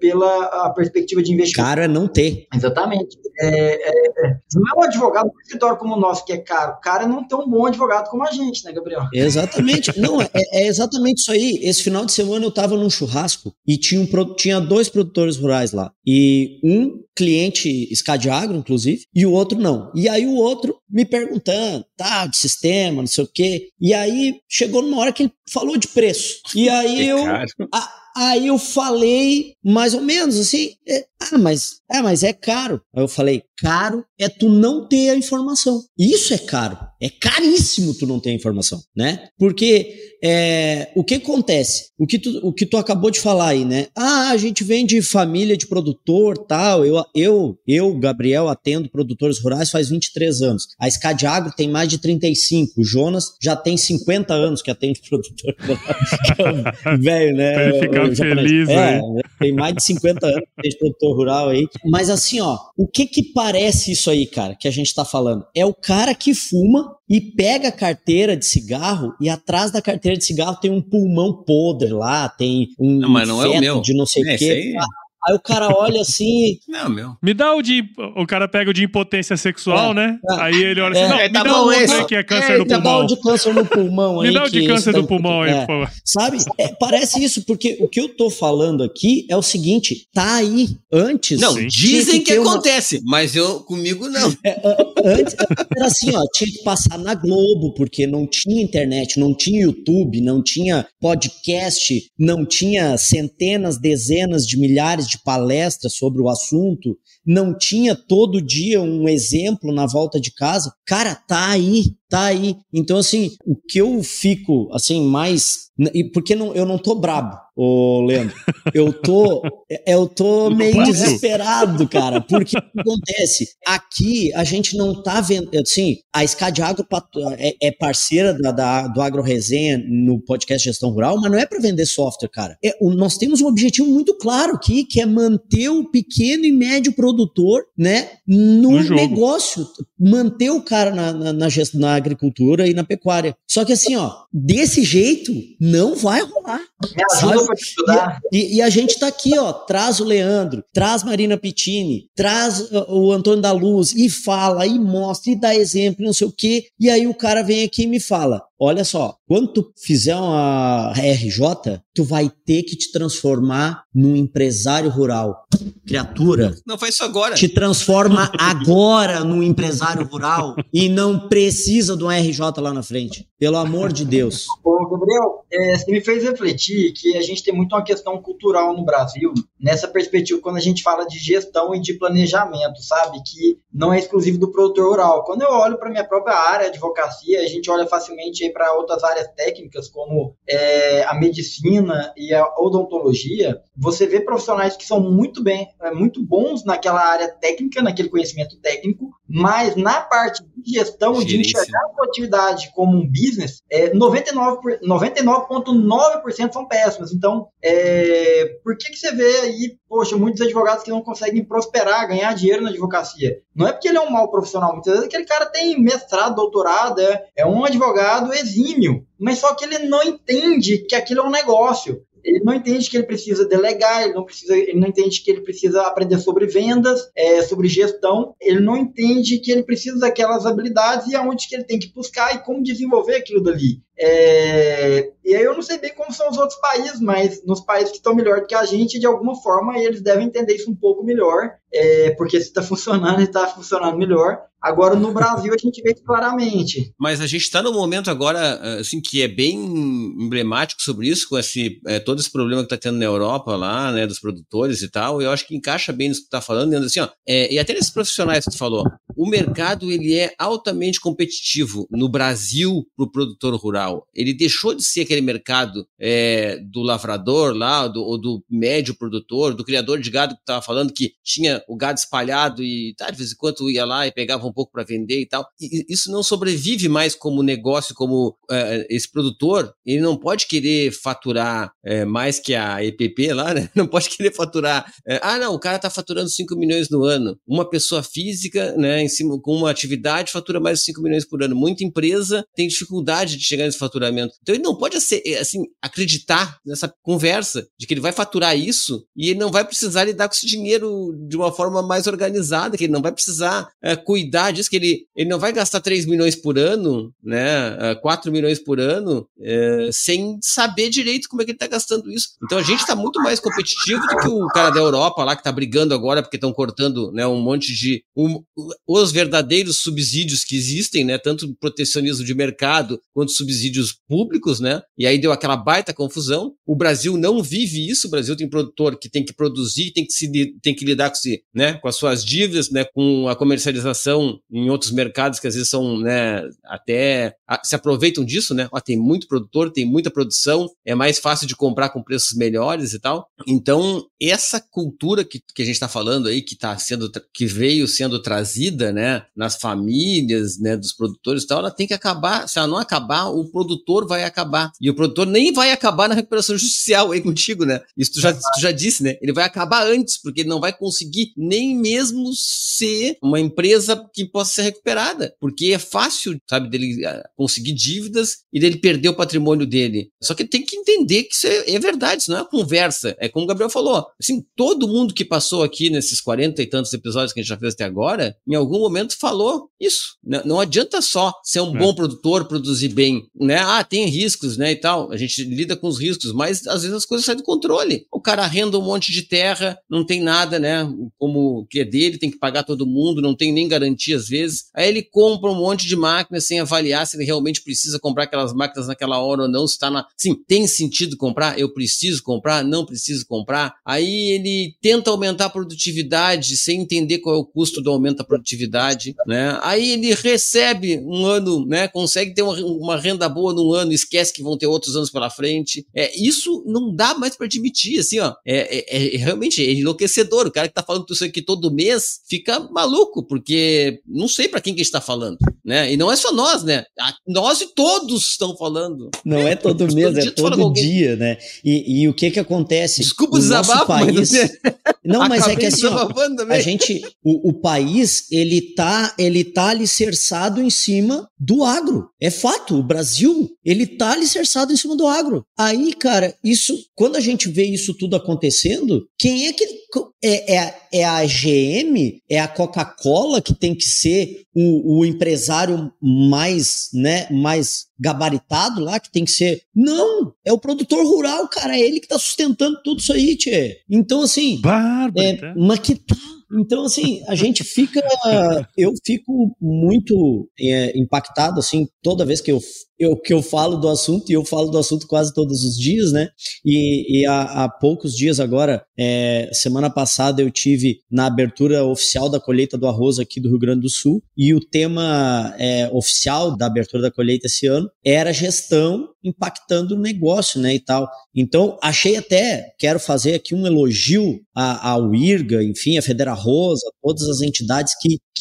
Speaker 1: pela perspectiva de investimento.
Speaker 3: Caro é não ter.
Speaker 1: Exatamente. Não é um advogado do escritório como o nosso que é caro. O cara não tem um bom advogado como a gente, né, Gabriel?
Speaker 3: Exatamente. Não, é exatamente isso aí. Esse final de semana eu tava num churrasco e tinha 2 produtores rurais lá. E um cliente Escadiagro, inclusive, e o outro não. E aí o outro me perguntando, de sistema, não sei o quê. E aí chegou numa hora que ele falou de preço. E aí Aí eu falei mais ou menos assim, mas é caro. Aí eu falei, caro é tu não ter a informação. Isso é caro. É caríssimo tu não ter a informação, né? Porque o que acontece? O que tu acabou de falar aí, né? A gente vem de família de produtor, tal. Eu, Gabriel, atendo produtores rurais faz 23 anos. A Escadiagro tem mais de 35. O Jonas já tem 50 anos que atende produtor rural. Velho, né?
Speaker 2: Pra ele ficar feliz, né?
Speaker 3: Tem mais de 50 anos que atende produtor rural aí. Mas assim, o que parece isso aí, cara, que a gente tá falando? É o cara que fuma e pega a carteira de cigarro e atrás da carteira de cigarro tem um pulmão podre lá, tem um
Speaker 4: não é o meu.
Speaker 3: de não sei o quê. Aí o cara olha assim...
Speaker 4: Não, meu.
Speaker 2: Me dá o cara pega o de impotência sexual, né? Aí ele olha assim, não, me
Speaker 4: tá
Speaker 2: dá
Speaker 4: bom
Speaker 2: o
Speaker 4: esse.
Speaker 2: outro que é câncer no
Speaker 3: Me dá
Speaker 2: pulmão.
Speaker 3: o de câncer no pulmão aí.
Speaker 2: Me dá o de câncer do pulmão aí, por favor.
Speaker 3: Sabe? Parece isso, porque o que eu tô falando aqui é o seguinte, tá aí antes...
Speaker 4: Não,
Speaker 2: Sim.
Speaker 4: dizem que acontece, mas comigo não.
Speaker 3: Antes era assim, ó, tinha que passar na Globo, porque não tinha internet, não tinha YouTube, não tinha podcast, não tinha centenas, dezenas de milhares de palestras sobre o assunto, não tinha todo dia um exemplo na volta de casa. Cara, tá aí. Então, assim, o que eu fico, assim, mais... Porque eu não tô brabo, ô Leandro. Eu tô meio desesperado, cara. Porque o que acontece? Aqui, a gente não tá vendo... Assim, a Escadiagro é parceira do AgroResenha no podcast Gestão Rural, mas não é para vender software, cara. Nós temos um objetivo muito claro aqui, que é manter o pequeno e médio produtor, né, no negócio. Manter o cara na agricultura e na pecuária. Só que assim, ó, desse jeito não vai rolar.
Speaker 1: Me ajuda pra te estudar.
Speaker 3: E a gente tá aqui, ó, traz o Leandro, traz Marina Pittini, traz o Antônio da Luz e fala, e mostra, e dá exemplo, não sei o quê. E aí o cara vem aqui e me fala, olha só, quando tu fizer uma RJ, tu vai ter que te transformar num empresário rural. Criatura.
Speaker 4: Não faz isso agora.
Speaker 3: Te transforma agora num empresário rural e não precisa de um RJ lá na frente. Pelo amor de Deus.
Speaker 1: Ô, Gabriel, você me fez refletir que a gente tem muito uma questão cultural no Brasil, nessa perspectiva, quando a gente fala de gestão e de planejamento, sabe? Que não é exclusivo do produtor rural. Quando eu olho para minha própria área, advocacia, a gente olha facilmente para outras áreas técnicas, como a medicina e a odontologia, você vê profissionais que são muito bons naquela área técnica, naquele conhecimento técnico, mas na parte de gestão, de enxergar a sua atividade como um business, 99,9% são péssimas. Então, por que você vê aí, poxa, muitos advogados que não conseguem prosperar, ganhar dinheiro na advocacia? Não é porque ele é um mau profissional, muitas vezes aquele cara tem mestrado, doutorado, é um advogado exímio, mas só que ele não entende que aquilo é um negócio. Ele não entende que ele precisa delegar, ele não entende que ele precisa aprender sobre vendas, sobre gestão, ele não entende que ele precisa daquelas habilidades e aonde que ele tem que buscar e como desenvolver aquilo dali. E aí eu não sei bem como são os outros países, mas nos países que estão melhor do que a gente, de alguma forma, eles devem entender isso um pouco melhor, porque se está funcionando, está funcionando melhor. Agora, no Brasil, a gente vê claramente.
Speaker 4: Mas a gente está num momento agora, assim, que é bem emblemático sobre isso, com todo esse problema que está tendo na Europa lá, né, dos produtores e tal, eu acho que encaixa bem nisso que tu está falando, dizendo assim, ó, e até nesses profissionais que tu falou, o mercado, ele é altamente competitivo no Brasil para o produtor rural. Ele deixou de ser aquele mercado do lavrador lá, ou do médio produtor, do criador de gado que tu estava falando, que tinha o gado espalhado e de vez em quando ia lá e pegava um pouco para vender e tal. E isso não sobrevive mais como negócio, como esse produtor, ele não pode querer faturar mais que a EPP lá, né? Não pode querer faturar. Não, o cara está faturando 5 milhões no ano. Uma pessoa física, né, em cima, com uma atividade, fatura mais de 5 milhões por ano. Muita empresa tem dificuldade de chegar nesse faturamento. Então ele não pode assim, acreditar nessa conversa de que ele vai faturar isso e ele não vai precisar lidar com esse dinheiro de uma forma mais organizada, que ele não vai precisar cuidar disso, que ele não vai gastar 3 milhões por ano, né, 4 milhões por ano, sem saber direito como é que ele está gastando isso. Então a gente está muito mais competitivo do que o cara da Europa lá, que está brigando agora porque estão cortando, né, um monte de... os verdadeiros subsídios que existem, né, tanto protecionismo de mercado quanto subsídios públicos, né, e aí deu aquela baita confusão. O Brasil não vive isso, o Brasil tem produtor que tem que produzir, tem que lidar com as suas dívidas, né, com a comercialização em outros mercados que às vezes são, né, até se aproveitam disso, né? Tem muito produtor, tem muita produção, é mais fácil de comprar com preços melhores e tal. Então, essa cultura que a gente está falando aí, que veio sendo trazida, vida, né, nas famílias, né, dos produtores e tal, ela tem que acabar. Se ela não acabar, o produtor vai acabar. E o produtor nem vai acabar na recuperação judicial aí contigo, né? Isso tu já disse, né? Ele vai acabar antes, porque ele não vai conseguir nem mesmo ser uma empresa que possa ser recuperada, porque é fácil, sabe, dele conseguir dívidas e dele perder o patrimônio dele. Só que ele tem que entender que isso é verdade, isso não é uma conversa. É como o Gabriel falou, assim, todo mundo que passou aqui nesses 40 e tantos episódios que a gente já fez até agora, em algum momento falou isso. Não adianta só ser um bom produtor, produzir bem, né? Tem riscos, né, e tal. A gente lida com os riscos, mas às vezes as coisas saem do controle. O cara arrenda um monte de terra, não tem nada, né, como que é dele, tem que pagar todo mundo, não tem nem garantia às vezes. Aí ele compra um monte de máquinas sem avaliar se ele realmente precisa comprar aquelas máquinas naquela hora ou não, se tá sim, tem sentido comprar? Eu preciso comprar? Não preciso comprar? Aí ele tenta aumentar a produtividade sem entender qual é o custo do aumento da produtividade, né? Aí ele recebe um ano, né, consegue ter uma renda boa num ano, esquece que vão ter outros anos pela frente. Isso não dá mais para admitir, assim, ó. Realmente é enlouquecedor. O cara que tá falando isso aqui todo mês fica maluco, porque não sei para quem que está falando, né? E não é só nós, né? Nós e todos estão falando.
Speaker 3: Não é todo mês, é todo dia, né? E o que acontece?
Speaker 4: Desculpa o desabafo,
Speaker 3: país... Não, mas é que assim, ó,
Speaker 4: a
Speaker 3: gente, o país, ele tá alicerçado em cima do agro. É fato, o Brasil, ele tá alicerçado em cima do agro. Aí, cara, quando a gente vê isso tudo acontecendo, quem é que... É a GM, é a Coca-Cola que tem que ser o empresário mais gabaritado lá, que tem que ser... Não, é o produtor rural, cara, é ele que tá sustentando tudo isso aí, tchê. Então, assim... Mas que tá... Então, assim, a gente fica... Eu fico muito impactado, assim, toda vez que eu falo do assunto, e eu falo do assunto quase todos os dias, né? E há poucos dias agora, semana passada, eu tive na abertura oficial da colheita do arroz aqui do Rio Grande do Sul, e o tema oficial da abertura da colheita esse ano era gestão impactando o negócio, né, e tal. Então, quero fazer aqui um elogio ao IRGA, enfim, a Federarroz, a todas as entidades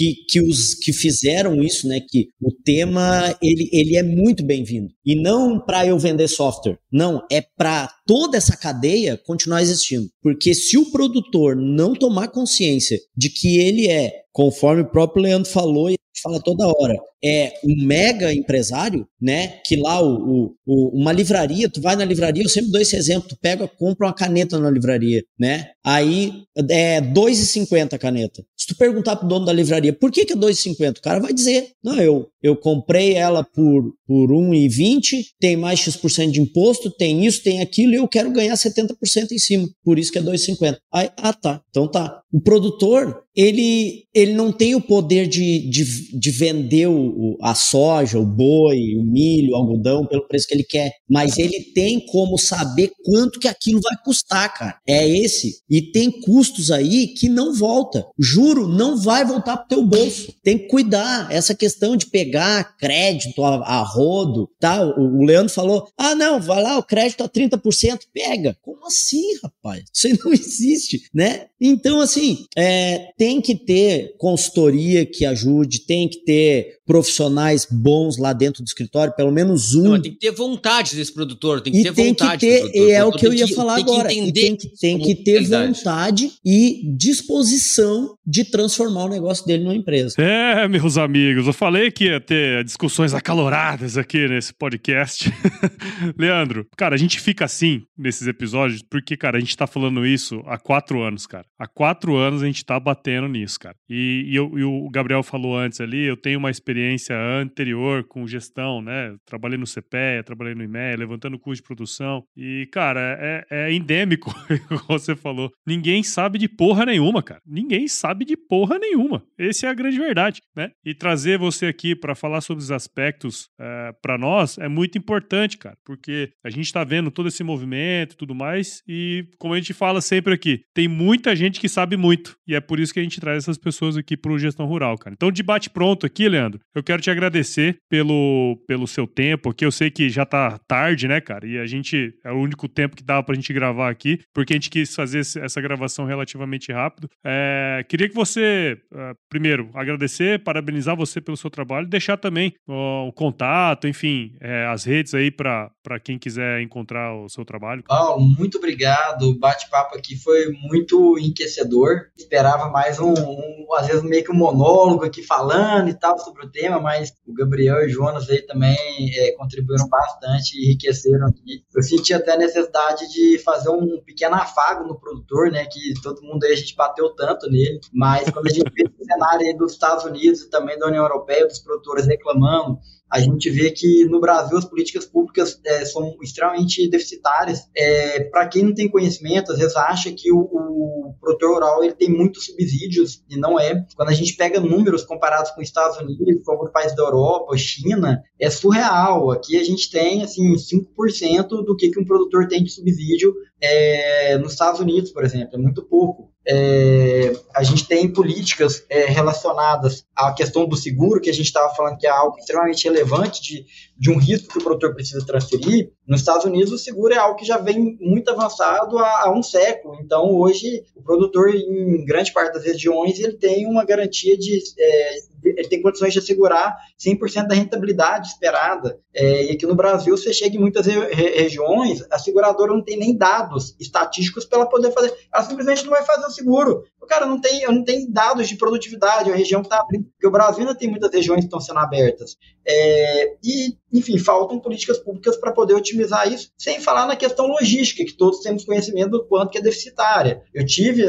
Speaker 3: que fizeram isso, né, que o tema, ele é muito bem-vindo. E não para eu vender software, não, é para toda essa cadeia continuar existindo. Porque se o produtor não tomar consciência de que ele conforme o próprio Leandro falou, e a gente fala toda hora, um mega empresário, né, que lá uma livraria, tu vai na livraria, eu sempre dou esse exemplo, tu compra uma caneta na livraria, né, aí é R$2,50 a caneta. Se tu perguntar pro dono da livraria, por que é R$2,50? O cara vai dizer, não, eu comprei ela por R$1,20, tem mais X% de imposto, tem isso, tem aquilo, e eu quero ganhar 70% em cima, por isso que é R$2,50. Aí, tá, então tá. O produtor, ele não tem o poder de vender a soja, o boi, o milho, o algodão pelo preço que ele quer, mas ele tem como saber quanto que aquilo vai custar, cara. E tem custos aí que não volta. Juro, não vai voltar pro teu bolso. Tem que cuidar. Essa questão de pegar crédito a rodo, tá? O Leandro falou, não, vai lá, o crédito a 30%, pega. Como assim, rapaz? Isso aí não existe, né? Então, assim, tem que ter consultoria que ajude, tem que ter profissionais bons lá dentro do escritório, pelo menos um.
Speaker 4: Não, tem que ter vontade desse produtor, tem que ter vontade.
Speaker 3: O que eu ia falar agora. Tem que ter vontade e disposição de transformar o negócio dele numa empresa.
Speaker 2: Meus amigos, eu falei que ia ter discussões acaloradas aqui nesse podcast. Leandro, cara, a gente fica assim nesses episódios porque, cara, a gente tá falando isso há 4 anos, cara. Há 4 anos a gente tá batendo nisso, cara. E o Gabriel falou antes ali, eu tenho uma experiência anterior com gestão, né? Trabalhei no CPEA, trabalhei no IMEA, levantando custo de produção. E, cara, é endêmico, como você falou. Ninguém sabe de porra nenhuma, cara. Ninguém sabe de porra nenhuma. Essa é a grande verdade, né? E trazer você aqui para falar sobre os aspectos para nós é muito importante, cara, porque a gente tá vendo todo esse movimento e tudo mais, e como a gente fala sempre aqui, tem muita gente que sabe muito. E é por isso que a gente traz essas pessoas aqui pro Gestão Rural, cara. Então, de bate-pronto aqui, Leandro, eu quero te agradecer pelo seu tempo aqui. Eu sei que já tá tarde, né, cara? E a gente, é o único tempo que dava pra gente gravar aqui, porque a gente quis fazer essa gravação relativamente rápido. Queria que você, primeiro, agradecer, parabenizar você pelo seu trabalho, deixar também o contato, enfim, as redes aí pra quem quiser encontrar o seu trabalho.
Speaker 1: Paulo, muito obrigado. O bate-papo aqui foi muito enriquecedor. Esperava mais às vezes meio que um monólogo aqui falando e tal sobre o tema, mas o Gabriel e o Jonas aí também contribuíram bastante e enriqueceram aqui. Eu senti até a necessidade de fazer um pequeno afago no produtor, né, que todo mundo aí, a gente bateu tanto nele, mas quando a gente vê esse cenário aí dos Estados Unidos e também da União Europeia, dos produtores reclamando, a gente vê que no Brasil as políticas públicas são extremamente deficitárias. Para quem não tem conhecimento, às vezes acha que o produtor rural ele tem muitos subsídios, e não é. Quando a gente pega números comparados com os Estados Unidos, com alguns países da Europa, China, é surreal. Aqui a gente tem assim, 5% do que um produtor tem de subsídio nos Estados Unidos, por exemplo, é muito pouco. A gente tem políticas relacionadas à questão do seguro, que a gente estava falando que é algo extremamente relevante de um risco que o produtor precisa transferir. Nos Estados Unidos, o seguro é algo que já vem muito avançado há um século. Então, hoje, o produtor, em grande parte das regiões, ele tem uma garantia ele tem condições de assegurar 100% da rentabilidade esperada. E aqui no Brasil, você chega em muitas regiões, a seguradora não tem nem dados estatísticos para ela poder fazer. Ela simplesmente não vai fazer o seguro. Cara, não tem dados de produtividade, a região que está abrindo, porque o Brasil ainda tem muitas regiões que estão sendo abertas. Enfim, faltam políticas públicas para poder otimizar isso, sem falar na questão logística, que todos temos conhecimento do quanto que é deficitária. Eu tive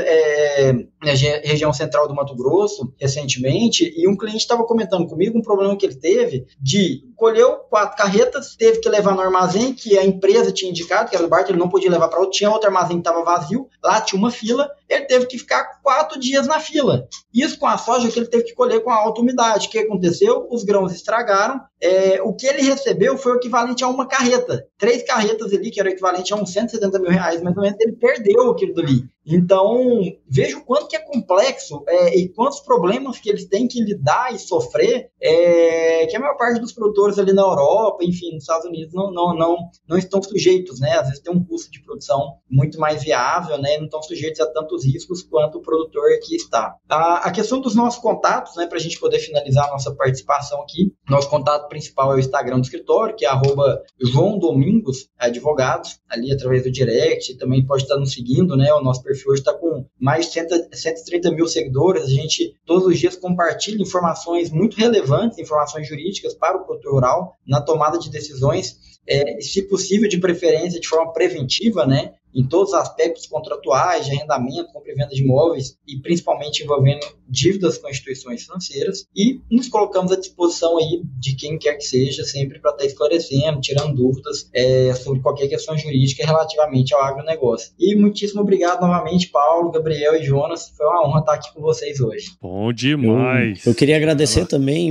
Speaker 1: na região central do Mato Grosso, recentemente, e um cliente estava comentando comigo um problema que ele teve colheu 4 carretas, teve que levar no armazém que a empresa tinha indicado, que era do Bart, ele não podia levar para outro, tinha outro armazém que estava vazio, lá tinha uma fila, ele teve que ficar 4 dias na fila. Isso com a soja que ele teve que colher com a alta umidade. O que aconteceu? Os grãos estragaram. O que ele recebeu foi o equivalente a uma carreta. 3 carretas ali, que era o equivalente a uns R$170 mil, mais ou menos, ele perdeu aquilo dali. Então, veja o quanto que é complexo e quantos problemas que eles têm que lidar e sofrer, que a maior parte dos produtores ali na Europa, enfim, nos Estados Unidos, não estão sujeitos, né? Às vezes tem um custo de produção muito mais viável, né? Não estão sujeitos a tantos riscos quanto o produtor aqui está. A questão dos nossos contatos, né? Para a gente poder finalizar a nossa participação aqui, nosso contato principal é o Instagram do escritório, que é @João Domingos Advogados, ali através do direct, também pode estar nos seguindo, né? O nosso perfil hoje está com mais de 130 mil seguidores. A gente todos os dias compartilha informações muito relevantes, informações jurídicas para o produtor rural na tomada de decisões, se possível de preferência de forma preventiva, né? Em todos os aspectos contratuais, de arrendamento, compra e venda de imóveis e principalmente envolvendo dívidas com instituições financeiras, e nos colocamos à disposição aí de quem quer que seja, sempre para estar esclarecendo, tirando dúvidas sobre qualquer questão jurídica relativamente ao agronegócio. E muitíssimo obrigado novamente, Paulo, Gabriel e Jonas, foi uma honra estar aqui com vocês hoje.
Speaker 2: Bom demais!
Speaker 3: Eu queria agradecer também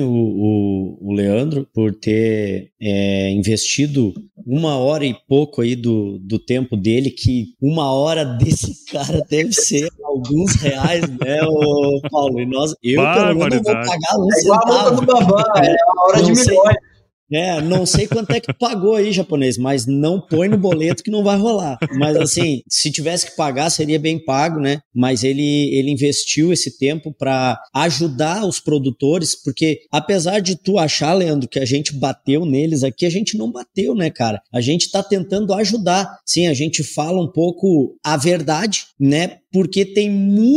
Speaker 3: o Leandro por ter investido 1 hora e pouco aí do tempo dele, que 1 hora desse cara deve ser alguns reais, né, Paulo? E eu pelo menos não vou pagar um centavo.
Speaker 1: Igual a luta do Bambam, uma hora de milhões.
Speaker 3: Não sei quanto é que pagou aí, japonês, mas não põe no boleto que não vai rolar. Mas assim, se tivesse que pagar, seria bem pago, né? Mas ele investiu esse tempo para ajudar os produtores, porque apesar de tu achar, Leandro, que a gente bateu neles aqui, a gente não bateu, né, cara? A gente tá tentando ajudar. Sim, a gente fala um pouco a verdade, né? Porque tem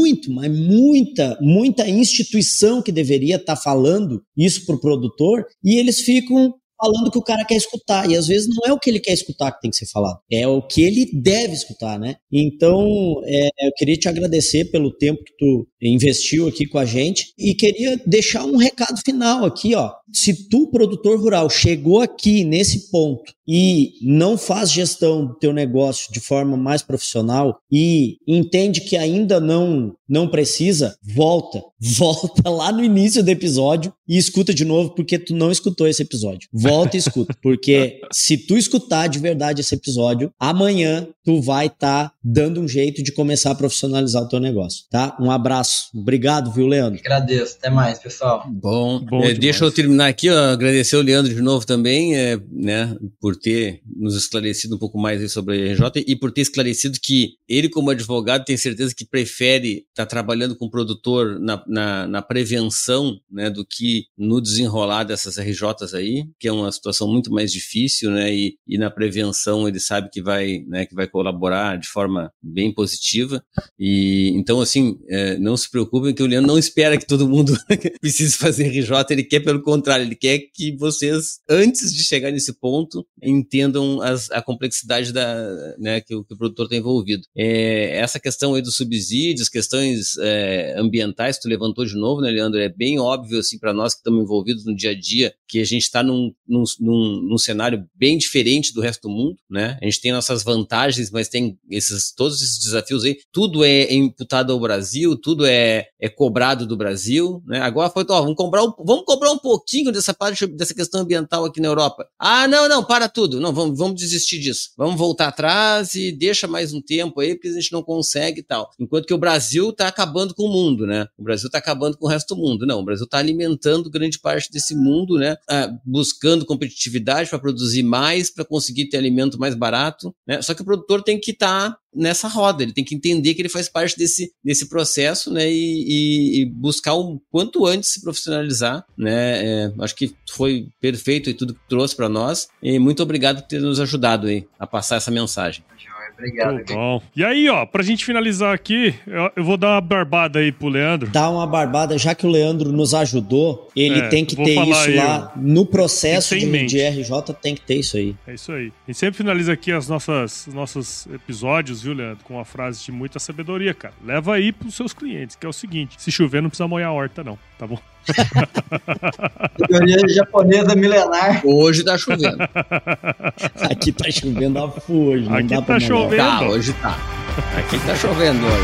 Speaker 3: muita instituição que deveria estar falando isso pro produtor, e eles ficam falando que o cara quer escutar, e às vezes não é o que ele quer escutar que tem que ser falado, é o que ele deve escutar, né? Então, eu queria te agradecer pelo tempo que tu investiu aqui com a gente, e queria deixar um recado final aqui, ó. Se tu, produtor rural, chegou aqui nesse ponto e não faz gestão do teu negócio de forma mais profissional e entende que ainda não precisa, volta lá no início do episódio e escuta de novo, porque tu não escutou esse episódio. Volta e escuta, porque se tu escutar de verdade esse episódio, amanhã tu vai estar dando um jeito de começar a profissionalizar o teu negócio, tá? Um abraço. Obrigado, viu, Leandro?
Speaker 1: Agradeço. Até mais, pessoal.
Speaker 4: Bom deixa eu terminar aqui, ó, agradecer o Leandro de novo também, né, por ter nos esclarecido um pouco mais aí sobre a RJ e por ter esclarecido que ele, como advogado, tem certeza que prefere estar trabalhando com o produtor na prevenção, né, do que no desenrolar dessas RJs aí, que é uma situação muito mais difícil, né, e na prevenção ele sabe que vai colaborar de forma bem positiva. E então, assim, não se preocupem que o Leandro não espera que todo mundo precise fazer RJ, ele quer pelo contrário, ele quer que vocês, antes de chegar nesse ponto, entendam a complexidade né, que o produtor está envolvido. Essa questão aí dos subsídios, questões ambientais que tu levantou de novo, né, Leandro, é bem óbvio assim para nós que estamos envolvidos no dia a dia, que a gente está num cenário bem diferente do resto do mundo, né? A gente tem nossas vantagens, mas tem todos esses desafios aí, tudo é imputado ao Brasil, tudo é cobrado do Brasil, né? Agora foi, vamos cobrar um pouquinho dessa parte, dessa questão ambiental aqui na Europa. Ah, não, para tudo, não, vamos desistir disso, vamos voltar atrás e deixa mais um tempo aí, porque a gente não consegue e tal. Enquanto que o Brasil está acabando com o mundo, né? O Brasil está acabando com o resto do mundo. Não, o Brasil está alimentando grande parte desse mundo, né? Buscando competitividade para produzir mais, para conseguir ter alimento mais barato, né? Só que o produtor tem que estar nessa roda, ele tem que entender que ele faz parte desse processo, né, e buscar o quanto antes se profissionalizar, né. Acho que foi perfeito e tudo que trouxe para nós, e muito obrigado por ter nos ajudado aí a passar essa mensagem.
Speaker 1: Obrigado.
Speaker 2: Bom. E aí, ó, pra gente finalizar aqui, eu vou dar uma barbada aí pro Leandro.
Speaker 3: Dá uma barbada, já que o Leandro nos ajudou, ele tem que ter isso aí, lá no processo de RJ, tem que ter isso aí.
Speaker 2: É isso aí. A gente sempre finaliza aqui os nossos episódios, viu, Leandro, com uma frase de muita sabedoria, cara. Leva aí pros seus clientes, que é o seguinte: se chover, não precisa molhar a horta, não, tá bom?
Speaker 1: Teoria japonesa milenar.
Speaker 4: Hoje tá chovendo.
Speaker 3: Aqui tá chovendo a full hoje. Não
Speaker 2: aqui
Speaker 3: dá
Speaker 2: tá
Speaker 3: pra
Speaker 2: chovendo.
Speaker 4: Tá, hoje tá. Aqui tá chovendo hoje.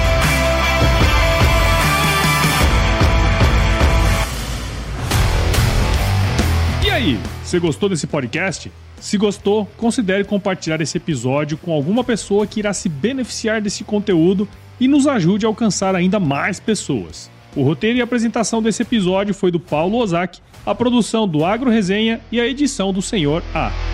Speaker 2: E aí, você gostou desse podcast? Se gostou, considere compartilhar esse episódio com alguma pessoa que irá se beneficiar desse conteúdo e nos ajude a alcançar ainda mais pessoas. O roteiro e a apresentação desse episódio foi do Paulo Ozaki, a produção do Agro Resenha e a edição do Senhor A.